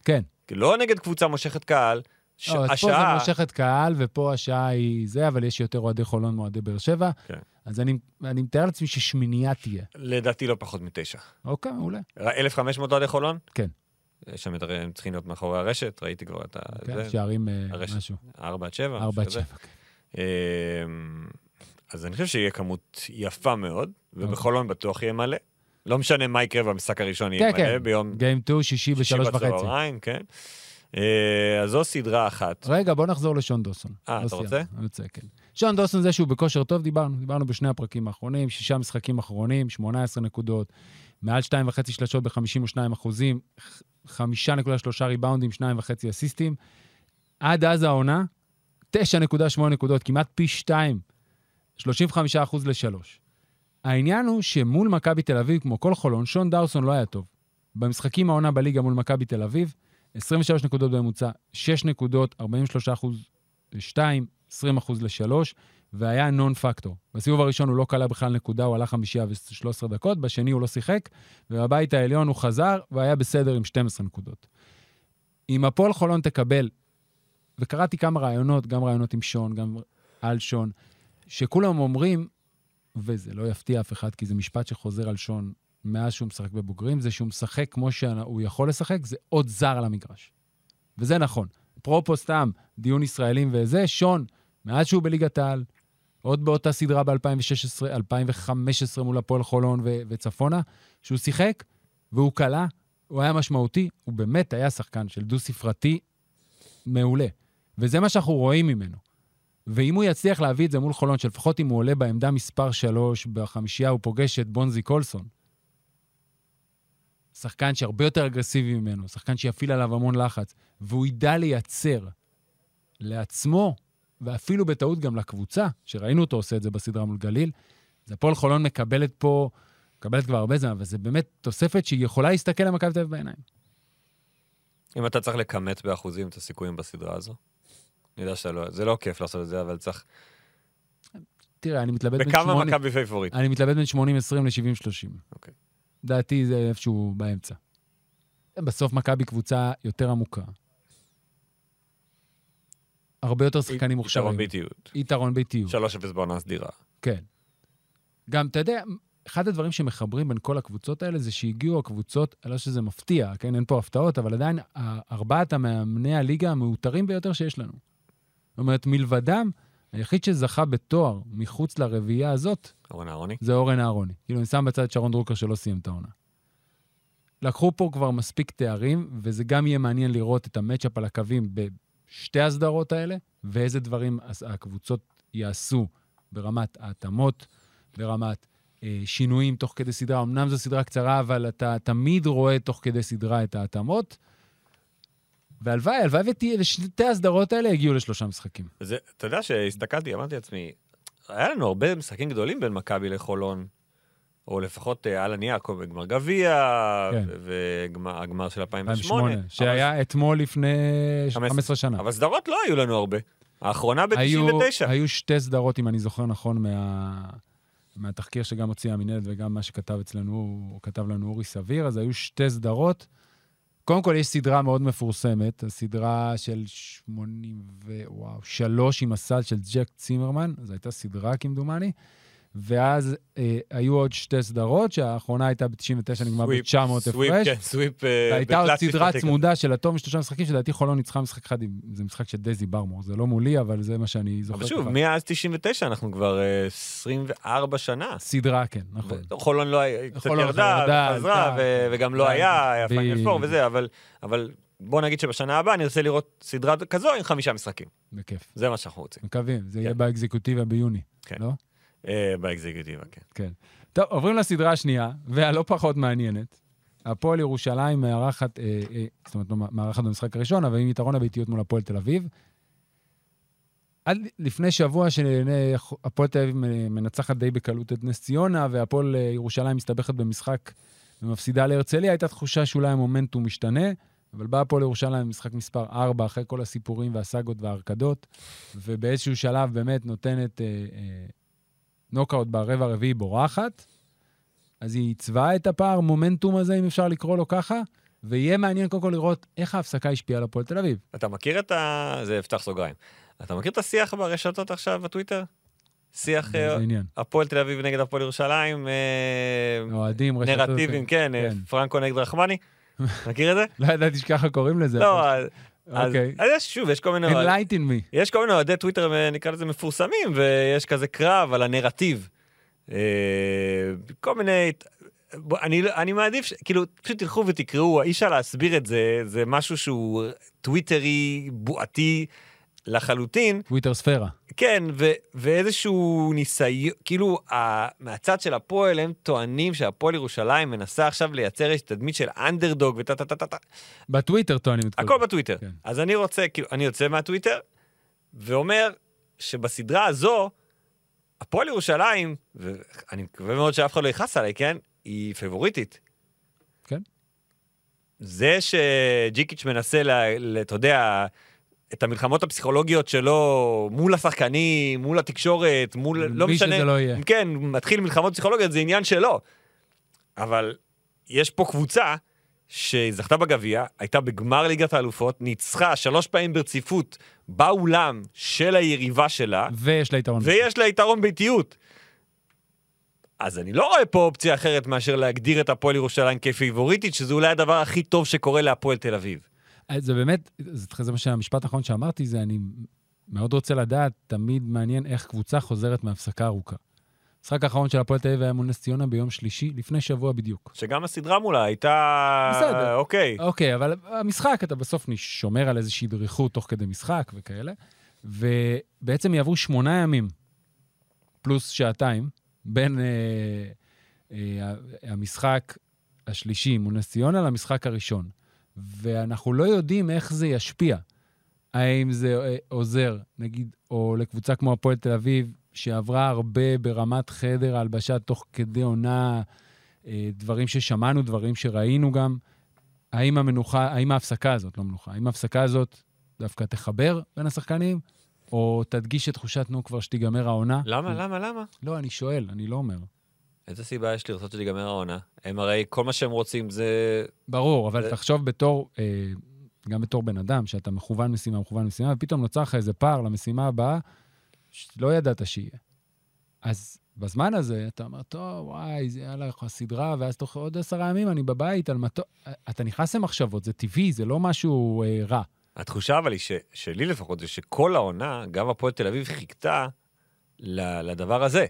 S3: לא נגד קבוצה מושכת קהל,
S2: פה זה מושכת קהל, ופה השעה היא זה, אבל יש יותר אוהדי חולון מועדי באר שבע.
S3: כן.
S2: אז אני מתאר לעצמי ששמינייה תהיה.
S3: לדעתי לא פחות מ9.
S2: אוקיי, מעולה.
S3: 1,500 אוהדי חולון?
S2: כן.
S3: שם הם צריכים להיות מאחורי הרשת, ראיתי כבר את
S2: כן, שערים משהו.
S3: 4-7.
S2: 4-7.
S3: אז אני חושב שיהיה כמות יפה מאוד, ובחולון בטוח יהיה מלא. לא משנה מה יקרה במשחק הראשון יהיה מלא ביום...
S2: גיים 2, שישי ב3:30.
S3: כן. אז זו סדרה אחת.
S2: רגע, בוא נחזור לשון דוסון.
S3: אתה רוצה?
S2: אני רוצה, כן. שון דוסון זה שהוא בכושר טוב, דיברנו בשני הפרקים האחרונים, 6 משחקים אחרונים, 18 נקודות, מעל 2.5 שלשות ב-52%, 5.3 ריבאונדים, 2.5 אסיסטים. עד אז העונה, 9.8 נקודות, כמעט פי 2, 35% ל-3. העניין הוא שמול מכבי תל אביב, כמו כל חולון, שון דוסון לא היה טוב. במשחקים העונה בליגה מול מכבי תל אביב, 23 נקודות בממוצע, 6 נקודות, 43% ל-2, 20% ל-3, והיה נון פקטור. בסיבוב הראשון הוא לא קלה בכלל נקודה, הוא עלה 5 ו-13 דקות, בשני הוא לא שיחק, ובבית העליון הוא חזר, והיה בסדר עם 12 נקודות. אם הפועל חולון תקבל, וקראתי כמה רעיונות, גם רעיונות עם שון, גם על שון, שכולם אומרים, וזה לא יפתיע אף אחד, כי זה משפט שחוזר על שון, מאז שהוא משחק בבוגרים, זה שהוא משחק כמו שהוא יכול לשחק, זה עוד זר על המגרש. וזה נכון. פרופו סתם, דיון ישראלים וזה, שון, מאז שהוא בליגת העל, עוד באותה סדרה ב-2016, 2015 מול הפועל חולון וצפונה, שהוא שיחק, והוא קלה, הוא היה משמעותי, הוא באמת היה שחקן של דו-ספרתי מעולה. וזה מה שאנחנו רואים ממנו. ואם הוא יצליח להביא את זה מול חולון, שלפחות אם הוא עולה בעמדה מספר 3, בחמישייה הוא פוגש את בונזי קולסון, שחקן שהרבה יותר אגרסיבי ממנו, שחקן שיפיל עליו המון לחץ, והוא ידע לייצר לעצמו, ואפילו בטעות גם לקבוצה, שראינו אותו עושה את זה בסדרה מול גליל, זה הפועל חולון מקבלת כבר הרבה זמן, אבל זה באמת תוספת שהיא יכולה להסתכל למכבי תל אביב בעיניים.
S3: אם אתה צריך לכמת באחוזים את הסיכויים בסדרה הזו, אני יודע שזה לא כיף לעשות את זה, אבל צריך...
S2: תראה, אני מתלבט
S3: בכמה מכבי פייבוריט?
S2: אני מתלבט בין 80-20 ל-70-30.
S3: אוקיי.
S2: דעתי זה איפשהו באמצע. בסוף מכבי קבוצה יותר עמוקה. הרבה יותר שחקנים מוכשרים.
S3: יתרון ביתיות.
S2: יתרון ביתיות.
S3: 3-0 בעונה סדירה.
S2: כן. גם, אתה יודע, אחד הדברים שמחברים בין כל הקבוצות האלה, זה שהגיעו הקבוצות, לא שזה מפתיע, כן? אין פה הפתעות, אבל עדיין 4 המאמני הליגה המאותרים ביותר שיש לנו. זאת אומרת, מלבדם, היחיד שזכה בתואר מחוץ לרביעייה הזאת,
S3: אורן אהרוני.
S2: זה אורן אהרוני. כאילו, אני שם בצד שרון דרוקר שלא סיים את העונה. לקחו פה כבר מספיק תארים, וזה גם יהיה מעניין לראות את המאצ'אפ על הקווים בשתי הסדרות האלה, ואיזה דברים הקבוצות יעשו ברמת ההתאמות, ברמת שינויים תוך כדי סדרה. אמנם זו סדרה קצרה, אבל אתה תמיד רואה תוך כדי סדרה את ההתאמות, והלוואי ושתי הסדרות האלה הגיעו ל3 משחקים.
S3: אתה יודע שהסתכלתי, אמרתי לעצמי, היה לנו הרבה משחקים גדולים בין מכבי לחולון, או לפחות על הנייר, גמר גביע, והגמר של 2008.
S2: שהיה אתמול לפני 15 שנה.
S3: אבל סדרות לא היו לנו הרבה. האחרונה ב-99.
S2: היו 2 סדרות, אם אני זוכר נכון, מהתחקיר שגם הוציא המנהלת, וגם מה שכתב אצלנו, הוא כתב לנו אורי סביר, אז היו 2 סדרות. קודם כל, יש סדרה מאוד מפורסמת, הסדרה של 83 עם הסל של ג'ק צימרמן, זו הייתה סדרה כמדומני, ואז היו עוד 2 סדרות, שהאחרונה הייתה ב-99, נגמר ב-900 הפרש.
S3: סוויפ,
S2: והייתה עוד סדרה צמודה של התום 3 משחקים, שלדעתי חולון ניצחה משחק אחד, זה משחק של דזי ברמור, זה לא מולי, אבל זה מה שאני זוכר.
S3: אבל שוב, מאז 99 אנחנו כבר 24 שנה.
S2: סדרה, כן, נכון.
S3: חולון לא היה, קצת ירדה, חזרה, וגם לא היה פיינל פור וזה, אבל בוא נגיד שבשנה הבאה אני רוצה לראות סדרה כזו עם 5 משחקים.
S2: בכיף.
S3: זה מה שאנחנו רוצים.
S2: מקווים, זה יהיה באקזקוטיבה ביוני, לא?
S3: באקזקוטיבה, כן.
S2: כן. טוב, עוברים לסדרה השנייה, והלא פחות מעניינת. הפועל ירושלים מארחת, זאת אומרת, מארחת במשחק הראשון, אבל עם יתרון הביתיות מול הפועל תל אביב. עד לפני שבוע שהפועל תל אביב מנצחת די בקלות את נס ציונה, והפועל ירושלים מסתבכת במשחק ומפסידה להרצליה, הייתה תחושה שאולי המומנטום משתנה, אבל באה הפועל ירושלים משחק מספר 4, אחרי כל הסיפורים והסגות והארקדות, ובאיזשהו שלב באמת נותנת נוקאוט ברבע הרביעי בורחת, אז היא עיצבה את הפער, מומנטום הזה, אם אפשר לקרוא לו ככה, ויהיה מעניין קודם כל לראות איך ההפסקה השפיעה על הפועל תל אביב.
S3: אתה מכיר זה יפתח סוגריים. אתה מכיר את השיח ברשתות עכשיו בטוויטר? שיח הפועל תל אביב נגד הפועל ירושלים,
S2: אוהדים, רשתות.
S3: נרטיבים, כן, פרנקו נגד רחמני. מכיר את זה?
S2: לא ידעתי שככה קוראים לזה.
S3: לא, אז שוב, יש כל מיני...
S2: Enlighten me.
S3: יש כל מיני אוהדי טוויטר, נקרא לזה מפורסמים, ויש כזה קרב על הנרטיב. כל מיני... אני מעדיף, כאילו, פשוט תלכו ותקראו, אי אפשר להסביר את זה, זה משהו שהוא טוויטרי, בועתי לחלוטין.
S2: טוויטר ספירה. כן,
S3: ואיזשהו ניסיון, כאילו, מהצד של הפועל, הם טוענים שהפועל ירושלים מנסה עכשיו לייצר תדמית של אנדרדוג וטטטטטט.
S2: בטוויטר טוענים את כל זה.
S3: הכל בטוויטר. אז אני רוצה, כאילו, אני יוצא מהטוויטר, ואומר שבסדרה הזו, הפועל ירושלים, ואני מקווה מאוד שאף אחד לא יכעס עליי, כן? היא פייבוריטית.
S2: כן.
S3: זה שג'יקיץ' מנסה, אתה יודע, את המלחמות הפסיכולוגיות שלו מול השחקנים, מול התקשורת, מול... לא משנה.
S2: שזה לא יהיה.
S3: כן, מתחיל מלחמות פסיכולוגיות, זה עניין שלו. אבל יש פה קבוצה שזכתה בגביע, הייתה בגמר ליגת האלופות, ניצחה 3 פעמים ברציפות באולם של היריבה שלה. ויש לה יתרון ביתיות. אז אני לא רואה פה אופציה אחרת מאשר להגדיר את הפועל ירושלים כפייבוריטית, שזה אולי הדבר הכי טוב שקורה להפועל תל אביב.
S2: זה באמת, זה מה שהמשפט האחרון שאמרתי, זה אני מאוד רוצה לדעת, תמיד מעניין איך קבוצה חוזרת מהפסקה ארוכה. המשחק האחרון של הפועל תל אביב היה מול נס ציונה ביום שלישי, לפני שבוע בדיוק.
S3: שגם הסדרה מולה הייתה...
S2: בסדר.
S3: אוקיי.
S2: אוקיי, אבל המשחק, אתה בסוף שומר על איזושהי דריכות תוך כדי משחק וכאלה, ובעצם יעברו 8 ימים, פלוס שעתיים, בין המשחק השלישי מול נס ציונה למשחק הראשון. ואנחנו לא יודעים איך זה ישפיע. האם זה עוזר, נגיד, או לקבוצה כמו הפועל תל אביב, שעברה הרבה ברמת חדר הלבשה תוך כדי עונה, דברים ששמענו, דברים שראינו גם. האם ההפסקה הזאת, לא מנוחה, האם ההפסקה הזאת דווקא תחבר בין השחקנים, או תדגיש את תחושת כבר שתיגמר העונה?
S3: למה?
S2: לא, אני שואל, אני לא אומר.
S3: איזה סיבה יש לרצות שתיגמר העונה? הם הרי כל מה שהם רוצים זה...
S2: ברור, אבל תחשוב גם בתור בן אדם, שאתה מכוון משימה, ופתאום נוצר לך איזה פער למשימה הבאה, שלא ידעת שיהיה. אז בזמן הזה, אתה אומר, טוב, וואי, זה היה לך סדרה, ואז תוך עוד 10 ימים אני בבית על אתה נכנס למחשבות, זה טבעי, זה לא משהו רע.
S3: התחושה אבל היא שלי לפחות, זה שכל העונה, גם הפועל תל אביב חיכתה לדבר הזה.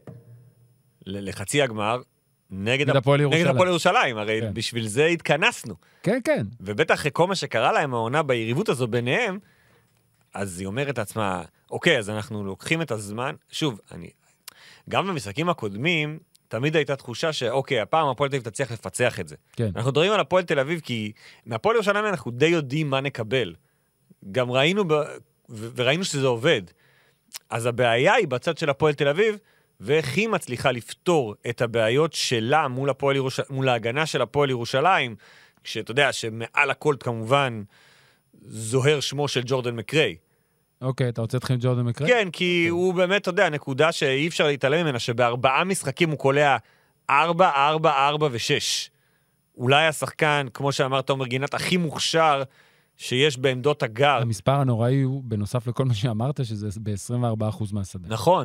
S3: לחצי הגמר, נגד הפועל ירושלים, הרי כן. בשביל זה התכנסנו.
S2: כן, כן.
S3: ובטח אחרי כל מה שקרה להם העונה ביריבות הזו ביניהם, אז היא אומרת לעצמה, אוקיי, אז אנחנו לוקחים את הזמן, שוב, גם במשחקים הקודמים, תמיד הייתה תחושה שאוקיי, הפעם הפועל תל אביב תצליח לפצח את זה.
S2: כן.
S3: אנחנו מדברים על הפועל תל אביב, כי מהפועל ירושלים אנחנו די יודעים מה נקבל. גם ראינו, וראינו שזה עובד. אז הבעיה היא בצד של הפועל תל אביב, ואיך היא מצליחה לפתור את הבעיות שלה מול ההגנה של הפועל ירושלים, כשאתה יודע שמעל הכל כמובן זוהר שמו של ג'ורדן מקריי.
S2: אוקיי, אתה רוצה להתחיל עם ג'ורדן מקריי?
S3: כן, כי הוא באמת, אתה יודע, נקודה שאי אפשר להתעלם ממנה, שב4 משחקים הוא קולע 4, 4, 4 ו6. אולי השחקן, כמו שאמרת, עומר גינת, הכי מוכשר שיש בעמדות הגר.
S2: המספר הנוראי הוא, בנוסף לכל מה שאמרת, שזה ב-24% מהשדה.
S3: נכון.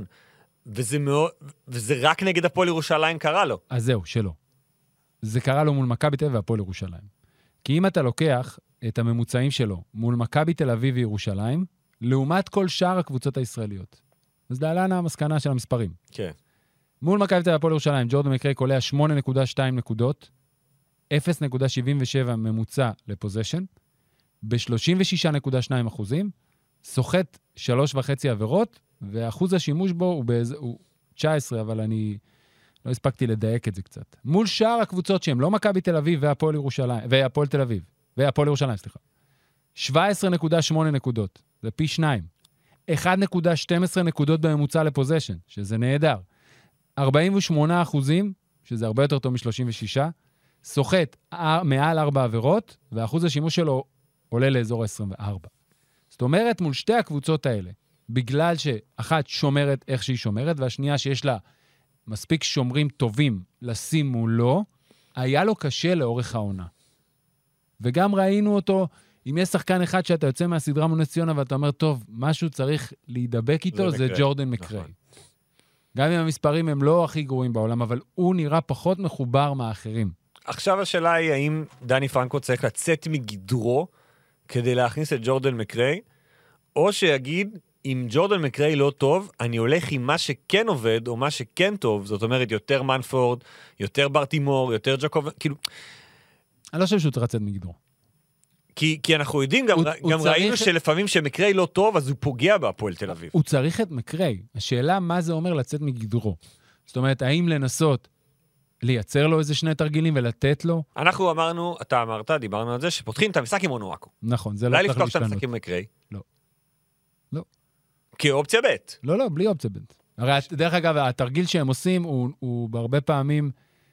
S3: וזה רק נגד הפועל ירושלים קרה לו.
S2: אז זהו, שלא. זה קרה לו מול מכבי תל אביב והפועל ירושלים. כי אם אתה לוקח את הממוצעים שלו מול מכבי תל אביב וירושלים, לעומת כל שאר הקבוצות הישראליות. אז להלן המסקנה של המספרים. כן. מול מכבי תל אביב והפועל ירושלים, ג'ורדן מקריי קולע 8.2 נקודות, 0.77 ממוצע לפוזיישן, ב-36.2%, סוחט 3.5 עבירות, ואחוז השימוש בו הוא 19, אבל אני לא הספקתי לדייק את זה קצת. מול שאר הקבוצות שהם לא מכבי תל אביב והפועל תל אביב, והפועל ירושלים, סליחה. 17.8 נקודות, זה פי 2. 1.12 נקודות בממוצע לפוזיישן, שזה נהדר. 48%, שזה הרבה יותר טוב מ-36, סוחט מעל 4 עבירות, ואחוז השימוש שלו עולה לאזור ה-24. זאת אומרת, מול שתי הקבוצות האלה, בגלל שאחת שומרת איך שהיא שומרת, והשנייה שיש לה מספיק שומרים טובים לשים מולו, היה לו קשה לאורך העונה. וגם ראינו אותו, אם יש שחקן אחד שאתה יוצא מהסדרה מול נס ציונה, ואתה אומר, טוב, משהו צריך להידבק איתו, זה ג'ורדן מקריי.
S3: נכון.
S2: גם אם המספרים הם לא הכי גרועים בעולם, אבל הוא נראה פחות מחובר מהאחרים.
S3: עכשיו השאלה היא, האם דני פרנקו צריך לצאת מגדרו, כדי להכניס את ג'ורדן מקריי, או שיגיד, אם ג'ורדן מקריי לא טוב, אני הולך עם מה שכן עובד, או מה שכן טוב, זאת אומרת, יותר מנפורד, יותר ברטימור, יותר ג'קוב, כאילו...
S2: אני לא חושב שהוא צריך לצאת מגדרו.
S3: כי אנחנו יודעים, גם ראינו שלפעמים שמקריי לא טוב, אז הוא פוגע בהפועל תל אביב.
S2: הוא צריך את מקריי. השאלה מה זה אומר לצאת מגדרו. זאת אומרת, האם לנסות לייצר לו איזה שני תרגילים ולתת לו?
S3: אנחנו אמרנו, אתה אמרת, דיברנו על זה, שפותחים את המשחק עם אונואקו.
S2: נכון, זה לא צריך
S3: להשתנות. אולי לפתוח את המשחק עם מקריי?
S2: לא. לא.
S3: כאופציה ב'.
S2: לא, בלי אופציה ב'. הרי דרך אגב, התרגיל שהם עושים, הוא בהרבה פעמים,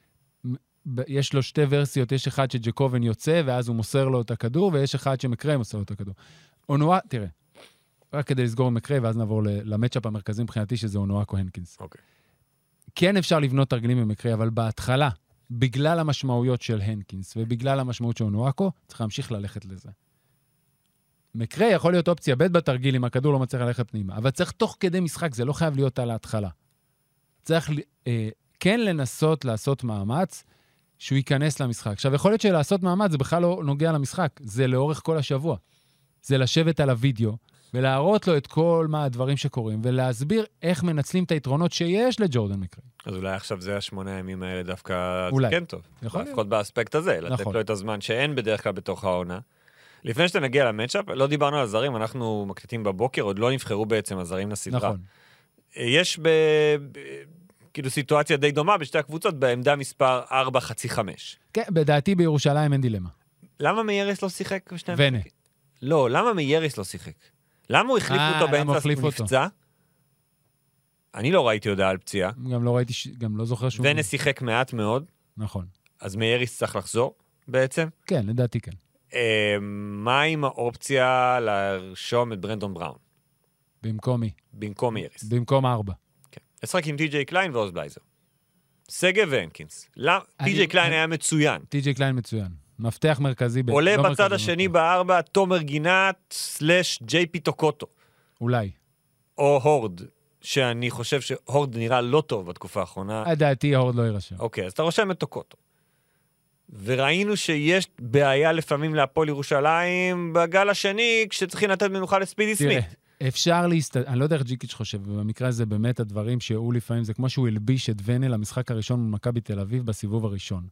S2: יש לו שתי ורסיות, יש אחד שג'קובן יוצא, ואז הוא מוסר לו את הכדור, ויש אחד שמקריי מוסר לו את הכדור. תראה, רק כדי לסגור מקריי, ואז נעבור למצ'אפ המרכזי מבחינתי, שזה אונואקו הנקינס.
S3: אוקיי.
S2: כן אפשר לבנות תרגילים במקריי, אבל בהתחלה, בגלל המשמעויות של הנקינס, ובגלל המשמעות של אונואקו, צריך להמשיך ללכת לזה. מקריי יכול להיות אופציה ב' בתרגיל, אם הכדור לא מצליח ללכת פנימה, אבל צריך תוך כדי משחק, זה לא חייב להיות על ההתחלה. צריך כן לנסות לעשות מאמץ, שהוא ייכנס למשחק. עכשיו, יכול להיות שלעשות מאמץ, זה בכלל לא נוגע למשחק, זה לאורך כל השבוע. זה לשבת על הוידאו, ולהראות לו את כל מה הדברים שקורים, ולהסביר איך מנצלים את היתרונות שיש לג'ורדן מקריי.
S3: אז אולי עכשיו זה 8 הימים האלה דווקא
S2: אולי.
S3: כן טוב.
S2: יכול להיות.
S3: לפחות באספקט הזה, לתת
S2: נכון.
S3: לו את הזמן שאין בדרך כלל בתוך העונה. לפני שאתה נגיע למצ'אפ, לא דיברנו על הזרים, אנחנו מקליטים בבוקר, עוד לא נבחרו בעצם הזרים לסדרה.
S2: נכון.
S3: יש כאילו סיטואציה די דומה בשתי הקבוצות, בעמדה מספר 4.5.
S2: כן, בדעתי בירושלים אין דילמה.
S3: למה מייריס לא שיחק בשני
S2: ונה.
S3: המשחקים? לא, למה מייריס לא שיחק? למה הוא החליף אותו באמצע נפצע? אני לא ראיתי הודעה על פציעה.
S2: גם לא ראיתי, גם לא זוכר שהוא...
S3: ונה שיחק מעט מאוד.
S2: נכון.
S3: אז מייריס צריך לחזור בעצם.
S2: כן, לדעתי כן.
S3: מה עם האופציה לרשום את ברנדון בראון?
S2: במקום מי?
S3: במקום מייריס.
S2: במקום 4.
S3: כן. לשחק עם טי.ג'יי קליין ועוז בלייזר. סגב והנקינס. טי.ג'יי קליין היה מצוין.
S2: טי.ג'יי קליין מצוין. מפתח מרכזי.
S3: עולה בצד השני ב4, תומר גינת / ג'יי פי טוקוטו.
S2: אולי.
S3: או הורד, שאני חושב שהורד נראה לא טוב בתקופה האחרונה.
S2: לדעתי הורד לא יירשם.
S3: אוקיי, אז אתה רושם את טוקוטו. וראינו שיש בעיה לפעמים להפועל ירושלים בגל השני, כשצריכים לתת מנוחה לספידי סמית.
S2: אפשר אני לא יודע איך ג'יקיץ' חושב, ובמקרה הזה באמת הדברים שהוא לפעמים, זה כמו שהוא הלביש את ונה למשחק הראשון ממכבי תל אביב בסיבוב הראשון.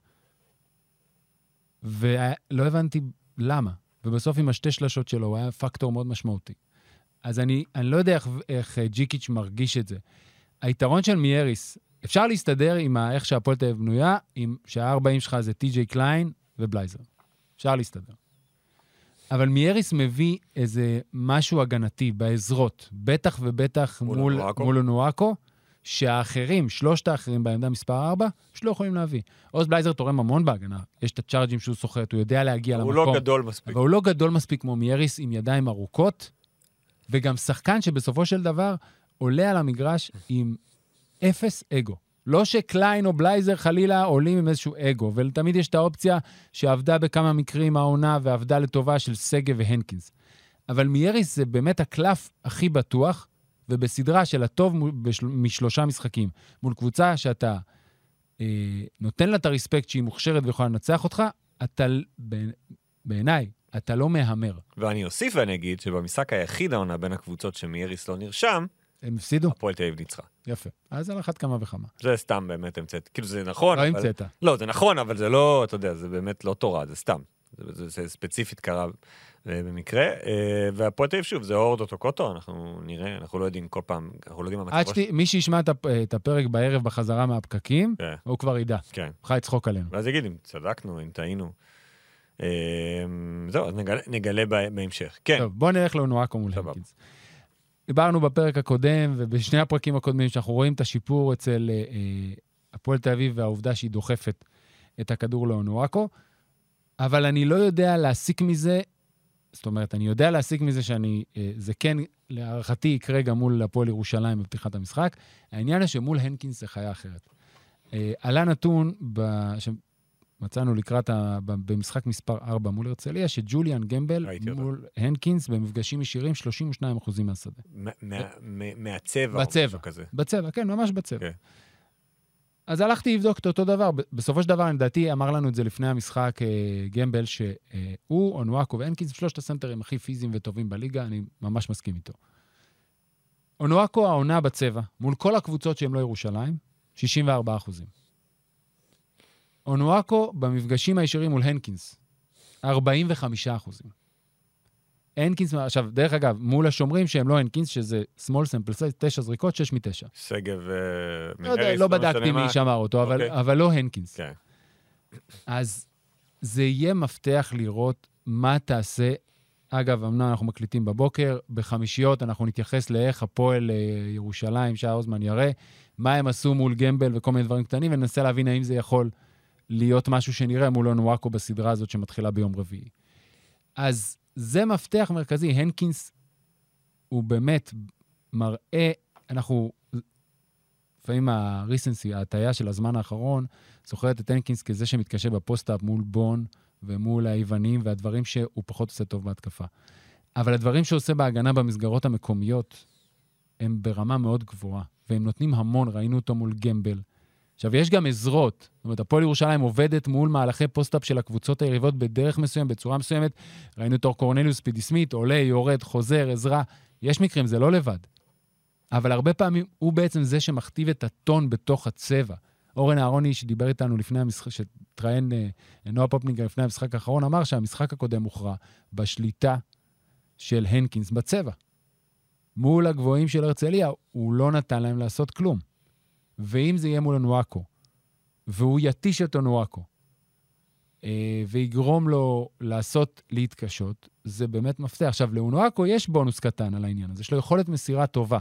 S2: ולא הבנתי למה. ובסוף עם השתי שלשות שלו, הוא היה פקטור מאוד משמעותי. אז אני לא יודע איך ג'יקיץ' מרגיש את זה. היתרון של מייריס, אפשר להסתדר עם איך שהפועל תל אביב בנויה, עם שה40 שלך זה טי.ג'יי קליין ובלייזר. אפשר להסתדר. אבל מייריס מביא איזה משהו הגנתי בעזרות, בטח ובטח מול אונואקו, שהאחרים, שלושת האחרים בעמדה מספר 4, שלא יכולים להביא. עוז בלייזר תורם המון בהגנה. יש את הצ'ארג'ים שהוא סוחט, הוא יודע להגיע למקום.
S3: הוא לא גדול מספיק.
S2: אבל הוא לא גדול מספיק כמו מייריס עם ידיים ארוכות, וגם שחקן שבסופו של דבר עולה על המגרש עם 0 אגו. לא שקליין או בלייזר חלילה עולים עם איזשהו אגו, ותמיד יש את האופציה שעבדה בכמה מקרים העונה ועבדה לטובה של סגב והנקינס. אבל מייריס זה באמת הקלף הכי בטוח, ובסדרה של הטוב משלושה משחקים, מול קבוצה שאתה נותן לה את הרספקט שהיא מוכשרת ויכולה לנצח אותך, אתה בעיניי, אתה לא מהמר.
S3: ואני אוסיף ואני אגיד שבמשחק היחיד העונה בין הקבוצות שמייריס לא נרשם,
S2: הם הפסידו?
S3: הפועל תל אביב ניצחה.
S2: יפה. אז על אחת כמה וכמה.
S3: זה סתם באמת המצאת. כאילו זה נכון.
S2: לא המצאת.
S3: לא, זה נכון, אבל זה לא, אתה יודע, זה באמת לא תורה, זה סתם. זה ספציפית קרה במקרה. והפועל תל אביב שוב, זה הורד או טוקוטו, אנחנו נראה, אנחנו לא יודעים כל פעם, אנחנו לא יודעים מה מצבו.
S2: מי שישמע את הפרק בערב בחזרה מהפקקים, הוא כבר ידע.
S3: כן.
S2: חי צחוק עלינו.
S3: ואז יגיד אם צדקנו, אם טעינו. זהו, אז נגלה בהמשך. כן.
S2: טוב, בוא נלך לאונואקו מול הנקינס. דיברנו בפרק הקודם, ובשני הפרקים הקודמים, שאנחנו רואים את השיפור אצל הפועל תל אביב, והעובדה שהיא דוחפת את הכדור לאונואקו, אבל אני לא יודע להסיק מזה, זאת אומרת, אני יודע להסיק מזה זה כן, להערכתי יקרה גם מול הפועל ירושלים בפתיחת המשחק, העניין הוא שמול הנקינס זה חיה אחרת. עלה נתון, מצאנו לקראת במשחק מספר 4 מול הרצליה, שג'וליאן גמבל מול הנקינס במפגשים ישירים 32% מהשדה.
S3: מהצבע.
S2: בצבע, בצבע, כן, ממש בצבע. אז הלכתי לבדוק את אותו דבר. בסופו של דבר, לדעתי, אמר לנו את זה לפני המשחק גמבל, שהוא, אונואקו והנקינס, שלושת הסנטרים הכי פיזיים וטובים בליגה, אני ממש מסכים איתו. אונואקו העונה בצבע, מול כל הקבוצות שהן לא ירושלים, 64%. אונואקו במפגשים הישירים מול הנקינס, 45%. הנקינס, עכשיו, דרך אגב, מול השומרים שהם לא הנקינס, שזה small sample size, 9 זריקות, 6 מ-9.
S3: סגב
S2: מנהריס, לא בדקתי מי שמר אותו, אבל לא הנקינס. אז זה יהיה מפתח לראות מה תעשה. אגב, אמנם אנחנו מקליטים בבוקר, בחמישיות אנחנו נתייחס לאיך הפועל ירושלים, שהאוזמן יראה, מה הם עשו מול גמבל וכל מיני דברים קטנים, וננסה להבין האם זה יכול להיות משהו שנראה מול אונואקו בסדרה הזאת שמתחילה ביום רביעי. אז זה מפתח מרכזי. הנקינס הוא באמת מראה, אנחנו, לפעמים הריסנסי, ההטיה של הזמן האחרון, זוכרת את הנקינס כזה שמתקשר בפוסט-אפ מול בון ומול היוונים, והדברים שהוא פחות עושה טוב בהתקפה. אבל הדברים שעושה בהגנה במסגרות המקומיות, הם ברמה מאוד גבוהה, והם נותנים המון, ראינו אותו מול גמבל. עכשיו, יש גם עזרות, זאת אומרת, הפועל ירושלים עובדת מול מהלכי פוסט-אפ של הקבוצות היריבות בדרך מסוים, בצורה מסוימת. ראינו את קורנליוס פידי סמית, עולה, יורד, חוזר, עזרה. יש מקרים, זה לא לבד. אבל הרבה פעמים הוא בעצם זה שמכתיב את הטון בתוך הצבע. אורן אהרוני, שדיבר איתנו לפני המשחק, שתראיין נועה פופנינגר לפני המשחק האחרון, אמר שהמשחק הקודם הוכרע בשליטה של הנקינס בצבע. מול הגבוהים של הרצליה, הוא לא נתן להם לעשות כלום. ואם זה יהיה מול אונואקו, והוא יתיש את אונואקו, ויגרום לו להתקשות, זה באמת מפתח. עכשיו, לאונואקו יש בונוס קטן על העניין הזה, יש לו יכולת מסירה טובה.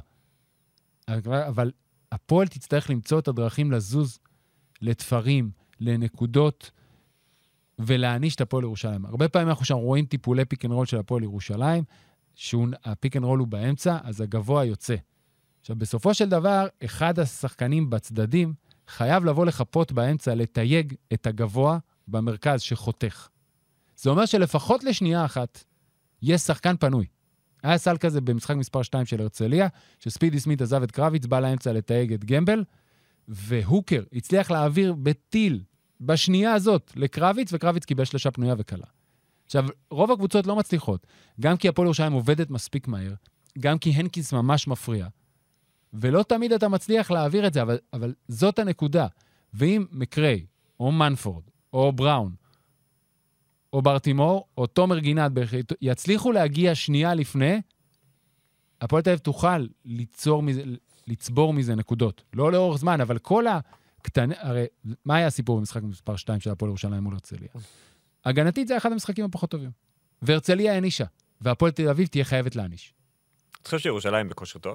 S2: אבל הפועל תצטרך למצוא את הדרכים לזוז לתפרים, לנקודות, ולהעניש את הפועל ירושלים. הרבה פעמים אנחנו שם רואים טיפולי פיק אנד רול של הפועל ירושלים, שהפיק אנד רול הוא באמצע, אז הגבוה יוצא. עכשיו, בסופו של דבר, אחד השחקנים בצדדים חייב לבוא לחפות באמצע, לתייג את הגבוה במרכז שחותך. זה אומר שלפחות לשנייה אחת, יש שחקן פנוי. היה סל כזה במשחק מספר 2 של הרצליה, שספידי סמית עזב את קרביץ, בא לאמצע לתייג את גמבל, והוקר הצליח להעביר בטיל, בשנייה הזאת, לקרביץ, וקרביץ קיבל שלושה פנויה וקלה. עכשיו, רוב הקבוצות לא מצליחות, גם כי הפועל ירושלים עובדת מספיק מהר, גם כי הנקינס ממש מפריע, ולא תמיד אתה מצליח להעביר את זה, אבל זאת הנקודה. ואם מקריי, או מנפורד, או בראון, או ברטימור, או תומר גינת, יצליחו להגיע שנייה לפני, הפועל תל אביב תוכל לצבור מזה נקודות. לא לאורך זמן, אבל כל הקטנה, הרי מה היה הסיפור במשחק מספר 2 של הפועל ירושלים מול הרצליה? הגנתית זה אחד המשחקים הפחות טובים. והרצליה הענישה, והפועל תל אביב תהיה חייבת להעניש.
S3: אתה חושב שירושלים בכושר טוב?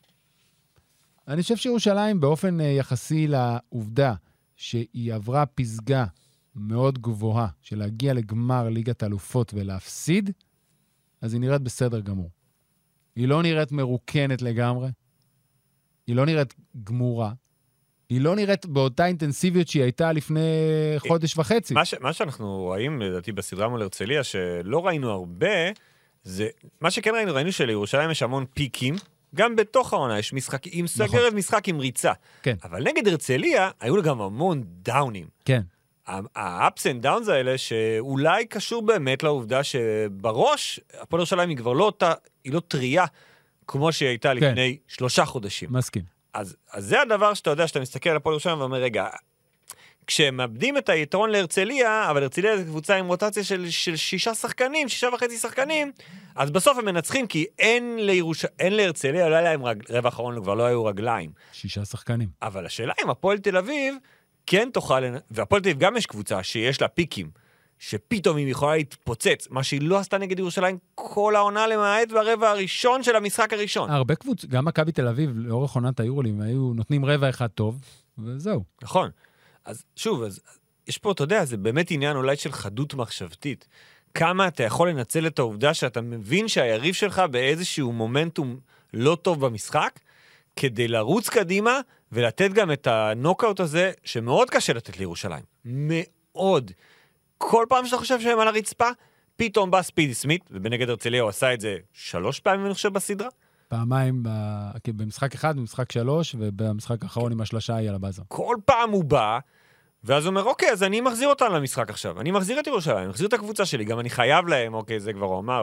S2: אני חושב שירושלים באופן יחסי לעובדה שהיא עברה פסגה מאוד גבוהה של להגיע לגמר ליגת אלופות ולהפסיד, אז היא נראית בסדר גמור. היא לא נראית מרוקנת לגמרי, היא לא נראית גמורה, היא לא נראית באותה אינטנסיביות שהיא הייתה לפני חודש וחצי.
S3: מה שאנחנו רואים, לדעתי, בסדרה מול הרצליה, שלא ראינו הרבה, זה, מה שכן ראינו שלירושלים יש המון פיקים, גם בתוך העונה יש משחק, עם סגרת משחק עם ריצה.
S2: כן.
S3: אבל נגד הרצליה, היו לה גם המון דאונים.
S2: כן.
S3: ה-ups and downs האלה, שאולי קשור באמת לעובדה שבראש, הפועל ירושלים היא כבר לא אותה, היא לא טריה, כמו שהיא הייתה לפני 3 חודשים.
S2: מסכים.
S3: אז זה הדבר שאתה יודע, שאתה מסתכל על הפועל ירושלים ואומר, רגע, כשהם מאבדים את היתרון להרצליה, אבל הרצליה זו קבוצה עם רוטציה של 6 שחקנים, 6.5 שחקנים, אז בסוף הם מנצחים, כי אין להרצליה, לא היה להם רבע אחרון, כבר לא היו רגליים.
S2: 6 שחקנים.
S3: אבל השאלה אם הפועל תל אביב כן תוכל, והפועל תל אביב גם יש קבוצה שיש לה פיקים, שפתאום היא יכולה להתפוצץ, מה שהיא לא עשתה נגד ירושלים כל העונה למעט ברבע הראשון של המשחק הראשון.
S2: הרבה קבוצות, גם מכבי תל אביב, לאורך עונת היורולים, היו נותנים רבע אחד טוב, וזהו.
S3: נכון. אז שוב, אז יש פה, אתה יודע, זה באמת עניין אולי של חדות מחשבתית. כמה אתה יכול לנצל את העובדה שאתה מבין שהיריב שלך באיזשהו מומנטום לא טוב במשחק, כדי לרוץ קדימה ולתת גם את הנוקאוט הזה, שמאוד קשה לתת לירושלים. מאוד. כל פעם שאתה חושב שהם על הרצפה, פתאום בא ספידי סמית, ובנגד הרצליה הוא עשה את זה 3 פעמים, אני חושב, בסדרה.
S2: פעמיים במשחק 1, במשחק 3, ובמשחק האחרון עם השלשה היא על הבאזר.
S3: כל פעם הוא בא, ואז הוא אומר, אוקיי, אז אני מחזיר אותם למשחק עכשיו. אני מחזיר את ירושלים, אני מחזיר את הקבוצה שלי, גם אני חייב להם, אוקיי, זה כבר הוא אמר.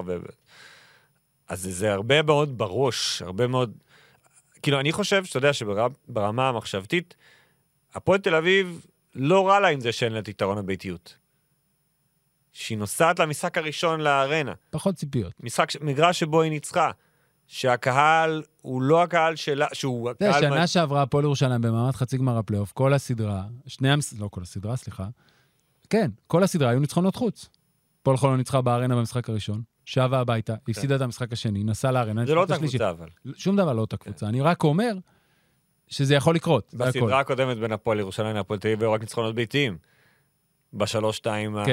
S3: אז זה הרבה מאוד בראש, הרבה מאוד... כאילו, אני חושב, שאתה יודע שברמה המחשבתית, הפועל תל אביב לא רע לה עם זה שאין לה את יתרון הביתיות. שהיא נוסעת למשחק הראשון לארנה.
S2: פחות ציפיות.
S3: מגרש שבו היא ניצחה. שהקהל הוא לא הקהל שלה, שהוא הקהל...
S2: זה שנה שעברה הפועל ירושלים במעמד חצי גמר הפלייאוף, כל הסדרה, לא כל הסדרה, סליחה. כן, כל הסדרה היו ניצחונות חוץ. הפועל חולון ניצחה בארנה במשחק הראשון, שבה הביתה, הפסידה את המשחק השני, נסעה לארנה.
S3: זה לא אותה קבוצה, אבל.
S2: שום דבר לא אותה קבוצה. אני רק אומר שזה יכול לקרות.
S3: בסדרה הקודמת בין הפועל ירושלים להפועל תל אביב, היו רק ניצחונות ביתיים. ב3-2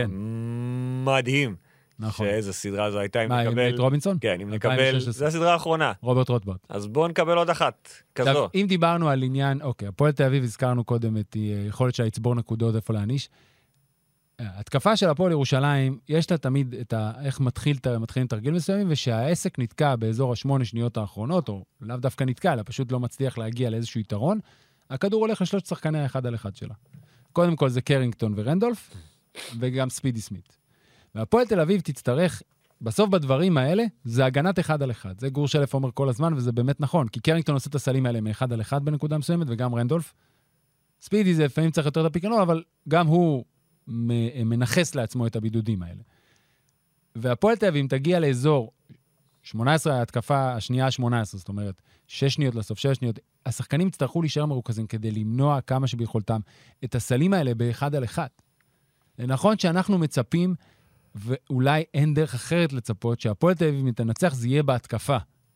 S3: המדהים.
S2: נכון.
S3: שאיזו סדרה זו הייתה, אם
S2: נקבל... מה, עם נט רובינסון?
S3: כן, אם נקבל... זו הסדרה האחרונה.
S2: רוברט רוטברט.
S3: אז בואו נקבל עוד אחת, כזו.
S2: עכשיו, אם דיברנו על עניין, אוקיי, הפועל תל אביב הזכרנו קודם את יכולת שלה לצבור נקודות, איפה להעניש. התקפה של הפועל ירושלים, יש לה תמיד את איך מתחילים תרגיל מסוימים, ושהעסק נתקע באזור 8 שניות האחרונות, או לאו דווקא נתקע, אלא פשוט לא מצליח להגיע לאיזשהו יתרון, הכדור הולך לשלושת שחקני האחד על אחד שלה. קודם כל זה קרינגטון ורנדולף, וגם ספידי סמית. והפועל תל אביב תצטרך, בסוף בדברים האלה, זה הגנת אחד על אחד. זה גור שלף אומר כל הזמן, וזה באמת נכון, כי קרינגטון עושה את הסלים האלה מאחד על אחד בנקודה מסוימת, וגם רנדולף. ספידי זה לפעמים צריך יותר את הפיקנול, אבל גם הוא מנחס לעצמו את הבידודים האלה. והפועל תל אביב תגיע לאזור 18, ההתקפה השנייה ה-18, זאת אומרת, 6 שניות לסוף, 6 שניות, השחקנים יצטרכו להישאר מרוכזים כדי למנוע כמה שביכולתם את הסלים האלה באחד על אחד. נכון שאנחנו מצפים, ואולי אין דרך אחרת לצפות, שהפועל תל אביב מתנצח זה יהיה בהתקפה.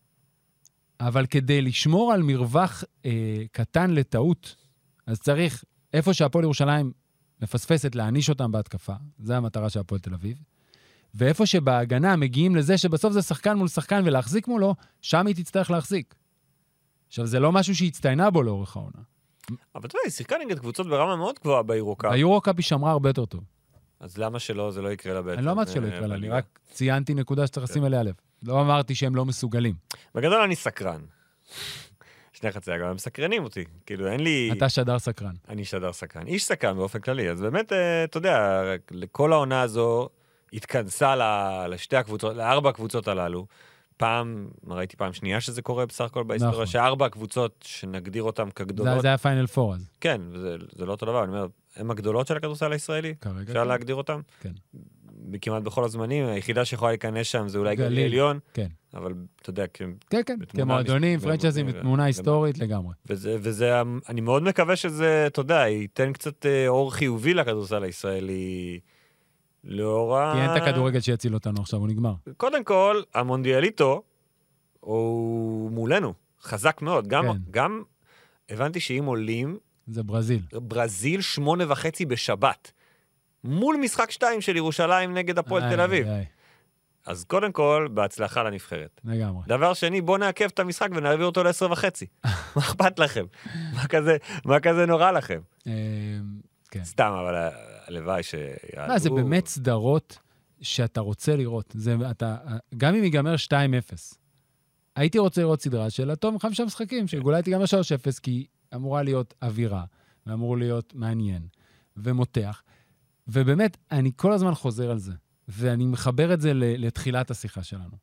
S2: אבל כדי לשמור על מרווח קטן לטעות, אז צריך, איפה שהפועל ירושלים מפספסת להעניש אותם בהתקפה, זה המטרה של הפועל תל אביב, ואיפה שבהגנה מגיעים לזה שבסוף זה שחקן מול שחקן ולהחזיק מולו, שם היא תצטרך להחזיק. עכשיו, זה לא משהו שהיא הצטיינה בו לאורך העונה.
S3: אבל אתה יודע, היא שיחקה נגד קבוצות ברמה מאוד גבוהה ביורוקאפ.
S2: היורוקאפ היא שמרה הרבה יותר טוב.
S3: אז למה שלא, זה לא יקרה לה בעצם?
S2: אני לא אמרתי שלא יקרה לה, אני רק ציינתי נקודה שצריך לשים אליה לב. לא אמרתי שהם לא מסוגלים.
S3: בגדול אני סקרן. שני חצי אגב, הם מסקרנים אותי. כאילו, אין לי...
S2: אתה שדר סקרן.
S3: אני שדר סקרן. איש סקרן באופן כללי. אז באמת, אתה יודע, לכל העונה הזו התכנסה לשתי הקבוצות, לארבע הקבוצות הללו. פעם, ראיתי פעם שנייה שזה קורה בסך הכל בהיסטוריה, שארבע הקבוצות שנגדיר אותם כגדולות.
S2: זה היה פיינל פור אז.
S3: כן, זה לא אותו דבר. אני אומר, הם הגדולות של הכדורסל הישראלי?
S2: כרגע.
S3: אפשר להגדיר אותם?
S2: כן.
S3: כמעט בכל הזמנים, היחידה שיכולה להיכנס שם זה אולי גליל עליון.
S2: כן.
S3: אבל אתה יודע,
S2: כן, כמועדונים, פרנצ'ייזים, תמונה היסטורית לגמרי.
S3: וזה, אני מאוד מקווה שזה, אתה יודע, ייתן קצת אור חיובי לכדורסל הישראלי. לאור
S2: כי אין את הכדורגל שיציל אותנו עכשיו, הוא נגמר.
S3: קודם כל, המונדיאליטו הוא מולנו, חזק מאוד. גם הבנתי שאם עולים...
S2: זה ברזיל.
S3: ברזיל 8:30 בשבת. מול משחק 2 של ירושלים נגד הפועל תל אביב. אז קודם כל, בהצלחה לנבחרת.
S2: לגמרי.
S3: דבר שני, בוא נעכב את המשחק ונעביר אותו ל10:30. מה אכפת לכם? מה כזה נורא לכם?
S2: כן.
S3: סתם, אבל הלוואי שיעלו...
S2: זה באמת סדרות שאתה רוצה לראות. גם אם ייגמר 2-0, הייתי רוצה לראות סדרה של טוב 5 משחקים, שאולי תיגמר 3-0, כי אמורה להיות אווירה, ואמור להיות מעניין, ומותח. ובאמת, אני כל הזמן חוזר על זה, ואני מחבר את זה לתחילת השיחה שלנו.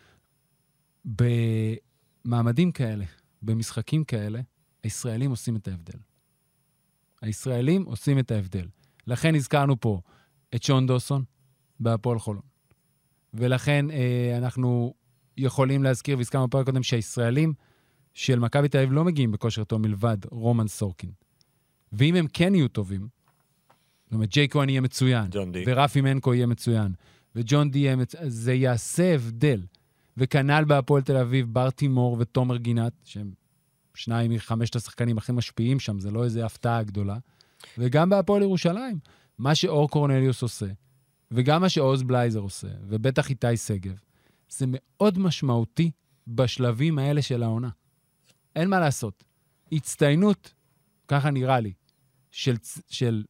S2: במעמדים כאלה, במשחקים כאלה, הישראלים עושים את ההבדל. הישראלים עושים את ההבדל. לכן הזכרנו פה את שון דוסון בהפועל חולון. ולכן אנחנו יכולים להזכיר, והזכרנו בפרק קודם, שהישראלים של מכבי תל אביב לא מגיעים בכושר טוב מלבד רומן סורקין. ואם הם כן יהיו טובים, זאת אומרת, ג'יי כהן יהיה מצוין, ורפי מנקו יהיה מצוין, וג'ון די יהיה מצוין, זה יעשה הבדל. וכנ"ל בהפועל תל אביב, בר תימור ותומר גינת, שהם 2 מ-5 השחקנים הכי משפיעים שם, זה לא איזו הפתעה גדולה. וגם בהפועל ירושלים, מה שאור קורנליוס עושה, וגם מה שעוז בלייזר עושה, ובטח איתי סגב, זה מאוד משמעותי בשלבים האלה של העונה. אין מה לעשות. הצטיינות, ככה נראה לי, של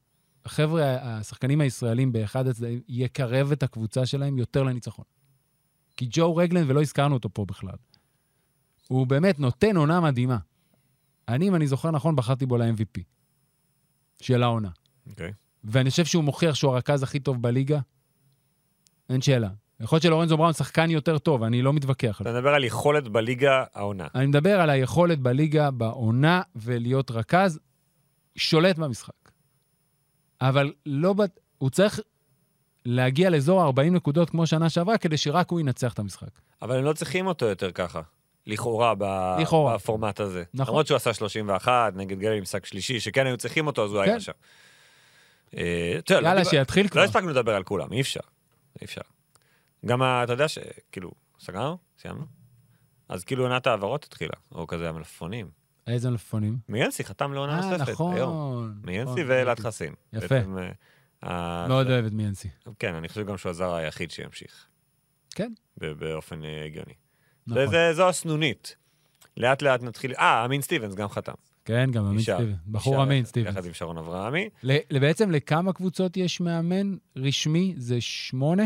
S2: החבר'ה, השחקנים הישראלים באחד הצדדים, יקרב את הקבוצה שלהם יותר לניצחון. כי ג'ו רגלנד, ולא הזכרנו אותו פה בכלל, הוא באמת נותן עונה מדהימה. אם אני זוכר נכון, בחרתי בו ל-MVP של העונה.
S3: אוקיי.
S2: ואני חושב שהוא מוכיח שהוא הרכז הכי טוב בליגה. אין שאלה. יכול להיות שלורנזו בראון שחקן יותר טוב, אני לא מתווכח.
S3: אתה מדבר על יכולת בליגה העונה.
S2: אני מדבר על היכולת בליגה בעונה ולהיות רכז, שולט במשחק. אבל לא, הוא צריך להגיע לאזור 40 נקודות כמו שנה שעברה, כדי שרק הוא ינצח את המשחק.
S3: אבל הם לא צריכים אותו יותר ככה. לכאורה בפורמט הזה.
S2: נכון.
S3: למרות שהוא עשה 31 נגד גלי משחק שלישי, שכן היו צריכים אותו, אז הוא היה שם.
S2: יאללה, שיתחיל כבר.
S3: לא הספקנו לדבר על כולם, אי אפשר. גם אתה יודע שכאילו, סגרנו? סיימנו? אז כאילו עונת העברות התחילה, או כזה המלפפונים.
S2: איזה מלפפונים?
S3: מיינסי חתם לעונה נוספת.
S2: נכון.
S3: מיינסי ואלעד חסין.
S2: יפה. מאוד אוהב את מיינסי.
S3: כן, אני חושב גם שהוא הזר היחיד שימשיך.
S2: כן.
S3: באופן הגיוני.
S2: נכון.
S3: זו הסנונית. לאט לאט נתחיל... אמין סטיבנס גם חתם.
S2: כן, גם אמין סטיבנס. בחור אמין סטיבנס.
S3: יחד עם שרון אברהמי.
S2: בעצם לכמה קבוצות יש מאמן רשמי? זה 8?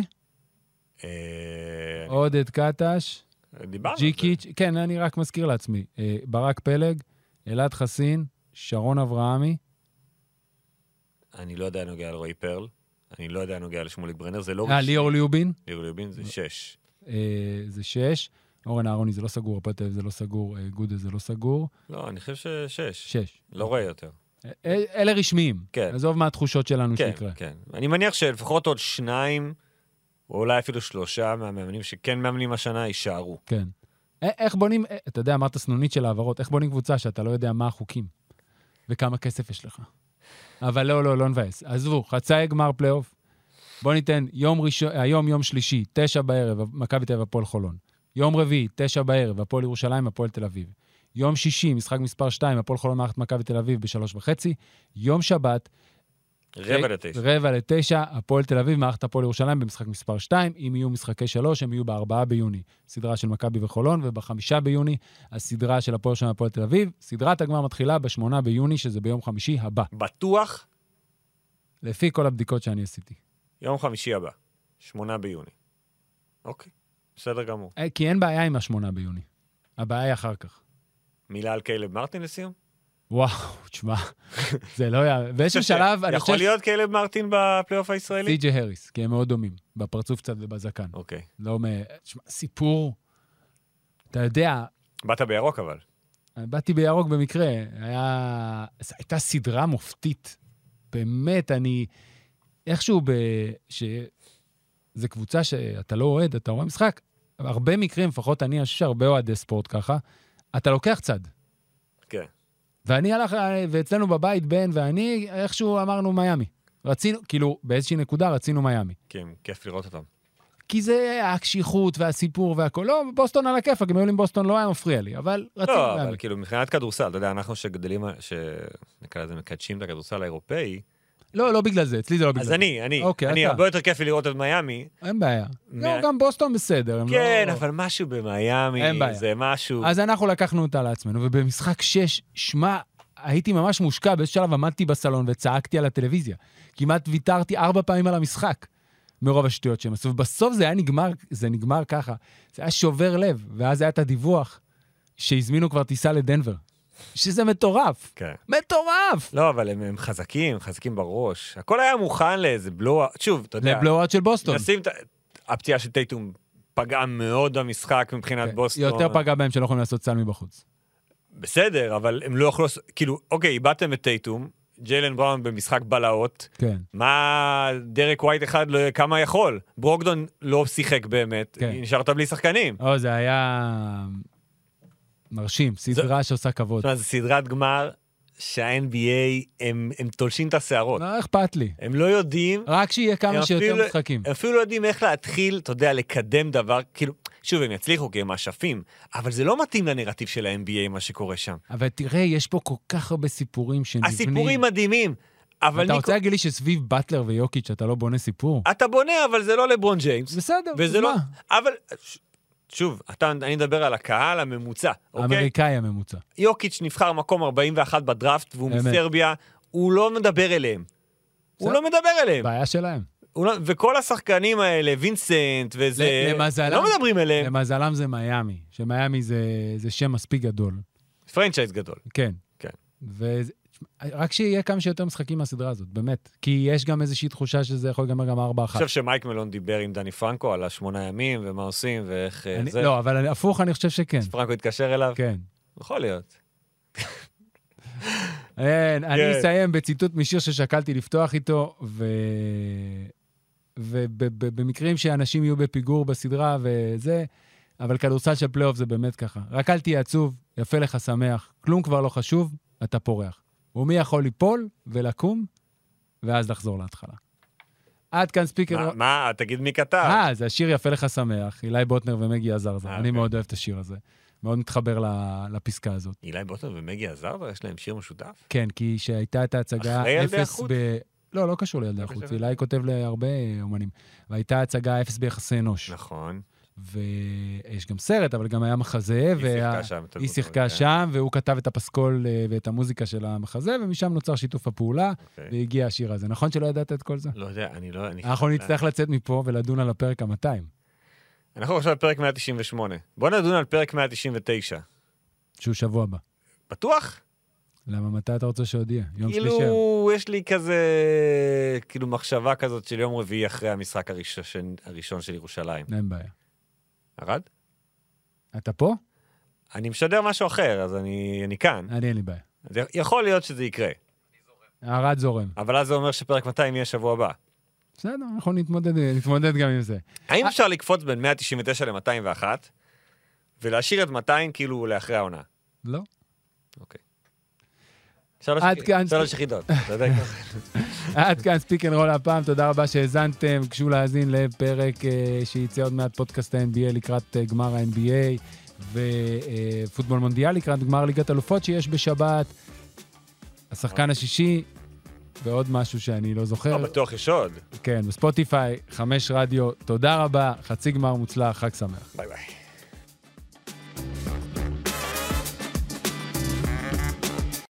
S2: עודד קטש.
S3: דיברנו.
S2: ג'יקיץ', כן, אני רק מזכיר לעצמי. ברק פלג, אלעד חסין, שרון אברהמי.
S3: אני לא יודע נוגע על רועי פרל. אני לא יודע נוגע לשמוליק ברנר. זה לא...
S2: ליאור ליובין.
S3: ליאור ליובין זה 6.
S2: זה 6. אורן אהרוני זה לא סגור, הפטב זה לא סגור, גודה זה לא סגור.
S3: לא, אני חושב ש6.
S2: 6.
S3: לא רואה יותר.
S2: אלה רשמיים.
S3: כן.
S2: עזוב מה התחושות שלנו
S3: כן,
S2: שיקרה.
S3: כן. אני מניח שלפחות עוד 2, או אולי אפילו 3 מהמאמנים שכן מאמנים השנה יישארו.
S2: כן. איך בונים, אתה יודע, אמרת סנונית של העברות, איך בונים קבוצה שאתה לא יודע מה החוקים וכמה כסף יש לך. אבל לא נבאס. עזבו, חצאי גמר פלייאוף. בוא ניתן היום יום שלישי, 9 בערב, מכבי תל אביב הפועל חולון. יום רביעי, 9 בערב, הפועל ירושלים, הפועל תל אביב. יום שישי, משחק מספר 2, הפועל חולון מערכת מכבי תל אביב ב3:30. יום שבת,
S3: 7:45.
S2: 7:45, הפועל תל אביב, מערכת הפועל ירושלים במשחק מספר 2. אם יהיו משחקי 3, הם יהיו ב4 ביוני. סדרה של מכבי וחולון, וב5 ביוני, הסדרה של הפועל ירושלים הפועל תל אביב. סדרת הגמר מתחילה ב8 ביוני, שזה ביום חמישי הבא.
S3: בטוח?
S2: לפי כל הבדיקות שאני עשיתי.
S3: יום חמישי הבא, 8 ביוני. אוקיי, בסדר גמור.
S2: כי אין בעיה עם ה8 ביוני. הבעיה היא אחר כך.
S3: מילה על קיילב מרטין לסיום?
S2: וואו, תשמע, זה לא היה... באיזשהו שלב...
S3: יכול להיות קיילב מרטין בפלייאוף הישראלי?
S2: סי.ג'יי הריס, כי הם מאוד דומים, בפרצוף קצת ובזקן.
S3: אוקיי.
S2: לא תשמע, סיפור, אתה יודע...
S3: באת בירוק אבל.
S2: באתי בירוק במקרה, הייתה סדרה מופתית. באמת, איכשהו זה קבוצה שאתה לא אוהד, אתה רואה משחק, הרבה מקרים, לפחות אני חושב שהרבה אוהדי ספורט ככה, אתה לוקח צד.
S3: כן.
S2: ואני ואצלנו בבית בן ואני, איכשהו אמרנו מיימי. רצינו, כאילו, באיזושהי נקודה רצינו מיימי.
S3: כן, כיף לראות אותם.
S2: כי זה הקשיחות והסיפור והכל. לא, בוסטון על הכיף, אם היו לי בוסטון לא היה מפריע לי, אבל רצינו מיימי.
S3: לא, אבל כאילו, מבחינת כדורסל, אתה יודע, אנחנו שגדלים, נקרא לזה, מקדשים את הכדורסל האירופאי.
S2: לא בגלל זה, אצלי זה לא בגלל זה.
S3: אז אני הרבה יותר כיף לי לראות את מיימי.
S2: אין בעיה. גם בוסטון בסדר.
S3: כן, אבל משהו במיימי, זה משהו...
S2: אז אנחנו לקחנו אותה לעצמנו, ובמשחק 6, שמה, הייתי ממש מושקע, באיזשהו שלב עמדתי בסלון וצעקתי על הטלוויזיה. כמעט ויתרתי 4 פעמים על המשחק, מרוב השטויות שהם עשו. ובסוף זה נגמר ככה. זה היה שובר לב, ואז היה את הדיווח שהזמינו כבר טיסה לדנבר. שזה מטורף.
S3: כן.
S2: מטורף!
S3: לא, אבל הם חזקים בראש. הכל היה מוכן לאיזה בלואו-אוט. שוב, אתה יודע...
S2: לבלואו-אוט של בוסטון.
S3: נשים הפציעה של טייטום פגעה מאוד במשחק מבחינת בוסטון.
S2: יותר פגעה בהם שלא יכולים לעשות סל מבחוץ.
S3: בסדר, אבל הם לא יכולו... כאילו, אוקיי, איבדתם את טייטום, ג'יילן בראון במשחק בלהות.
S2: כן.
S3: מה דרק ווייט אחד כמה יכול? ברוקדון לא שיחק באמת. נשארת בלי שחקנים.
S2: זה היה... מרשים, סדרה שעושה כבוד.
S3: זאת אומרת, זו סדרת גמר שה-NBA הם תולשים את השערות.
S2: לא אכפת לי.
S3: הם לא יודעים...
S2: רק שיהיה כמה שיותר משחקים.
S3: הם אפילו לא יודעים איך להתחיל, אתה יודע, לקדם דבר, כאילו, שוב, הם יצליחו כי הם משאפים, אבל זה לא מתאים לנרטיב של ה-NBA, מה שקורה שם.
S2: אבל תראה, יש פה כל כך הרבה סיפורים שנבנים.
S3: הסיפורים מדהימים.
S2: אתה רוצה להגיד לי שסביב באטלר ויוקיץ' אתה לא בונה סיפור?
S3: אתה בונה, אבל זה לא לברון ג'יימס.
S2: בסדר,
S3: וזה לא... אבל... שוב, אני מדבר על הקהל הממוצע, אוקיי?
S2: האמריקאי הממוצע.
S3: יוקיץ' נבחר מקום 41 בדראפט, והוא מסרביה, הוא לא מדבר אליהם. הוא לא מדבר אליהם.
S2: בעיה שלהם.
S3: וכל השחקנים האלה, וינסנט וזה, לא מדברים אליהם.
S2: למזלם זה מיימי, שמיימי זה שם מספיק גדול.
S3: פרנצ'ייז גדול.
S2: כן.
S3: כן.
S2: רק שיהיה כמה שיותר משחקים מהסדרה הזאת, באמת. כי יש גם איזושהי תחושה שזה יכול להיגמר גם 4-1.
S3: אני חושב שמייק מלון דיבר עם דני פרנקו על 8 ימים, ומה עושים, ואיך זה.
S2: לא, אבל הפוך, אני חושב שכן.
S3: פרנקו התקשר אליו?
S2: כן.
S3: יכול להיות.
S2: אני אסיים בציטוט משיר ששקלתי לפתוח איתו, ובמקרים שאנשים יהיו בפיגור בסדרה וזה, אבל כדורסל של פלייאוף זה באמת ככה. רק אל תהיה עצוב, יפה לך שמח, כלום כבר לא חשוב, אתה פורח. ומי יכול ליפול ולקום, ואז לחזור להתחלה. עד כאן ספיקר...
S3: מה? תגיד מי כתב.
S2: זה השיר יפה לך שמח, אילי בוטנר ומגי עזרזר. אני מאוד אוהב את השיר הזה. מאוד מתחבר לפסקה הזאת.
S3: אילי בוטנר ומגי עזרזר, יש להם שיר משותף?
S2: כן, כי שהייתה את ההצגה...
S3: אחרי ילדי החוץ?
S2: לא קשור לילדי החוץ. אילי כותב להרבה אומנים. והייתה הצגה 0 ביחסי אנוש.
S3: נכון.
S2: ויש גם סרט, אבל גם היה מחזה. היא שיחקה שם, והוא כתב את הפסקול ואת המוזיקה של המחזה, ומשם נוצר שיתוף הפעולה, והגיע השיר הזה. נכון שלא ידעת את כל זה?
S3: לא יודע, אני לא...
S2: אנחנו נצטרך לצאת מפה ולדון על הפרק ה-200.
S3: אנחנו עכשיו בפרק 198. בוא נדון על פרק 199.
S2: שהוא שבוע הבא.
S3: בטוח?
S2: למה מתי אתה רוצה שעוד יהיה? יום שלישי.
S3: כאילו, יש לי כזה, כאילו מחשבה כזאת של יום רביעי אחרי המשחק הראשון של ירושלים.
S2: אין בעיה.
S3: ארד?
S2: אתה פה?
S3: אני משדר משהו אחר, אז אני כאן.
S2: אין לי בעיה.
S3: יכול להיות שזה יקרה.
S2: ארד זורם.
S3: אבל אז זה אומר שפרק 200 יהיה שבוע הבא.
S2: בסדר, אנחנו נתמודד גם עם זה.
S3: האם אפשר לקפוץ בין 199 ל-201, ולהשאיר את 200 כאילו לאחרי העונה?
S2: לא.
S3: אוקיי. 3 יחידות.
S2: עד כאן ספיק אנד רול הפעם, תודה רבה שהזנתם, קשו להאזין לפרק שיצא עוד מעט פודקאסט ה-NBA לקראת גמר ה-NBA, ופוטבול מונדיאל לקראת גמר ליגת אלופות שיש בשבת, השחקן השישי, ועוד משהו שאני לא זוכר.
S3: בטוח יש עוד.
S2: כן, בספוטיפיי, 5 רדיו, תודה רבה, חצי גמר מוצלח, חג שמח.
S3: ביי.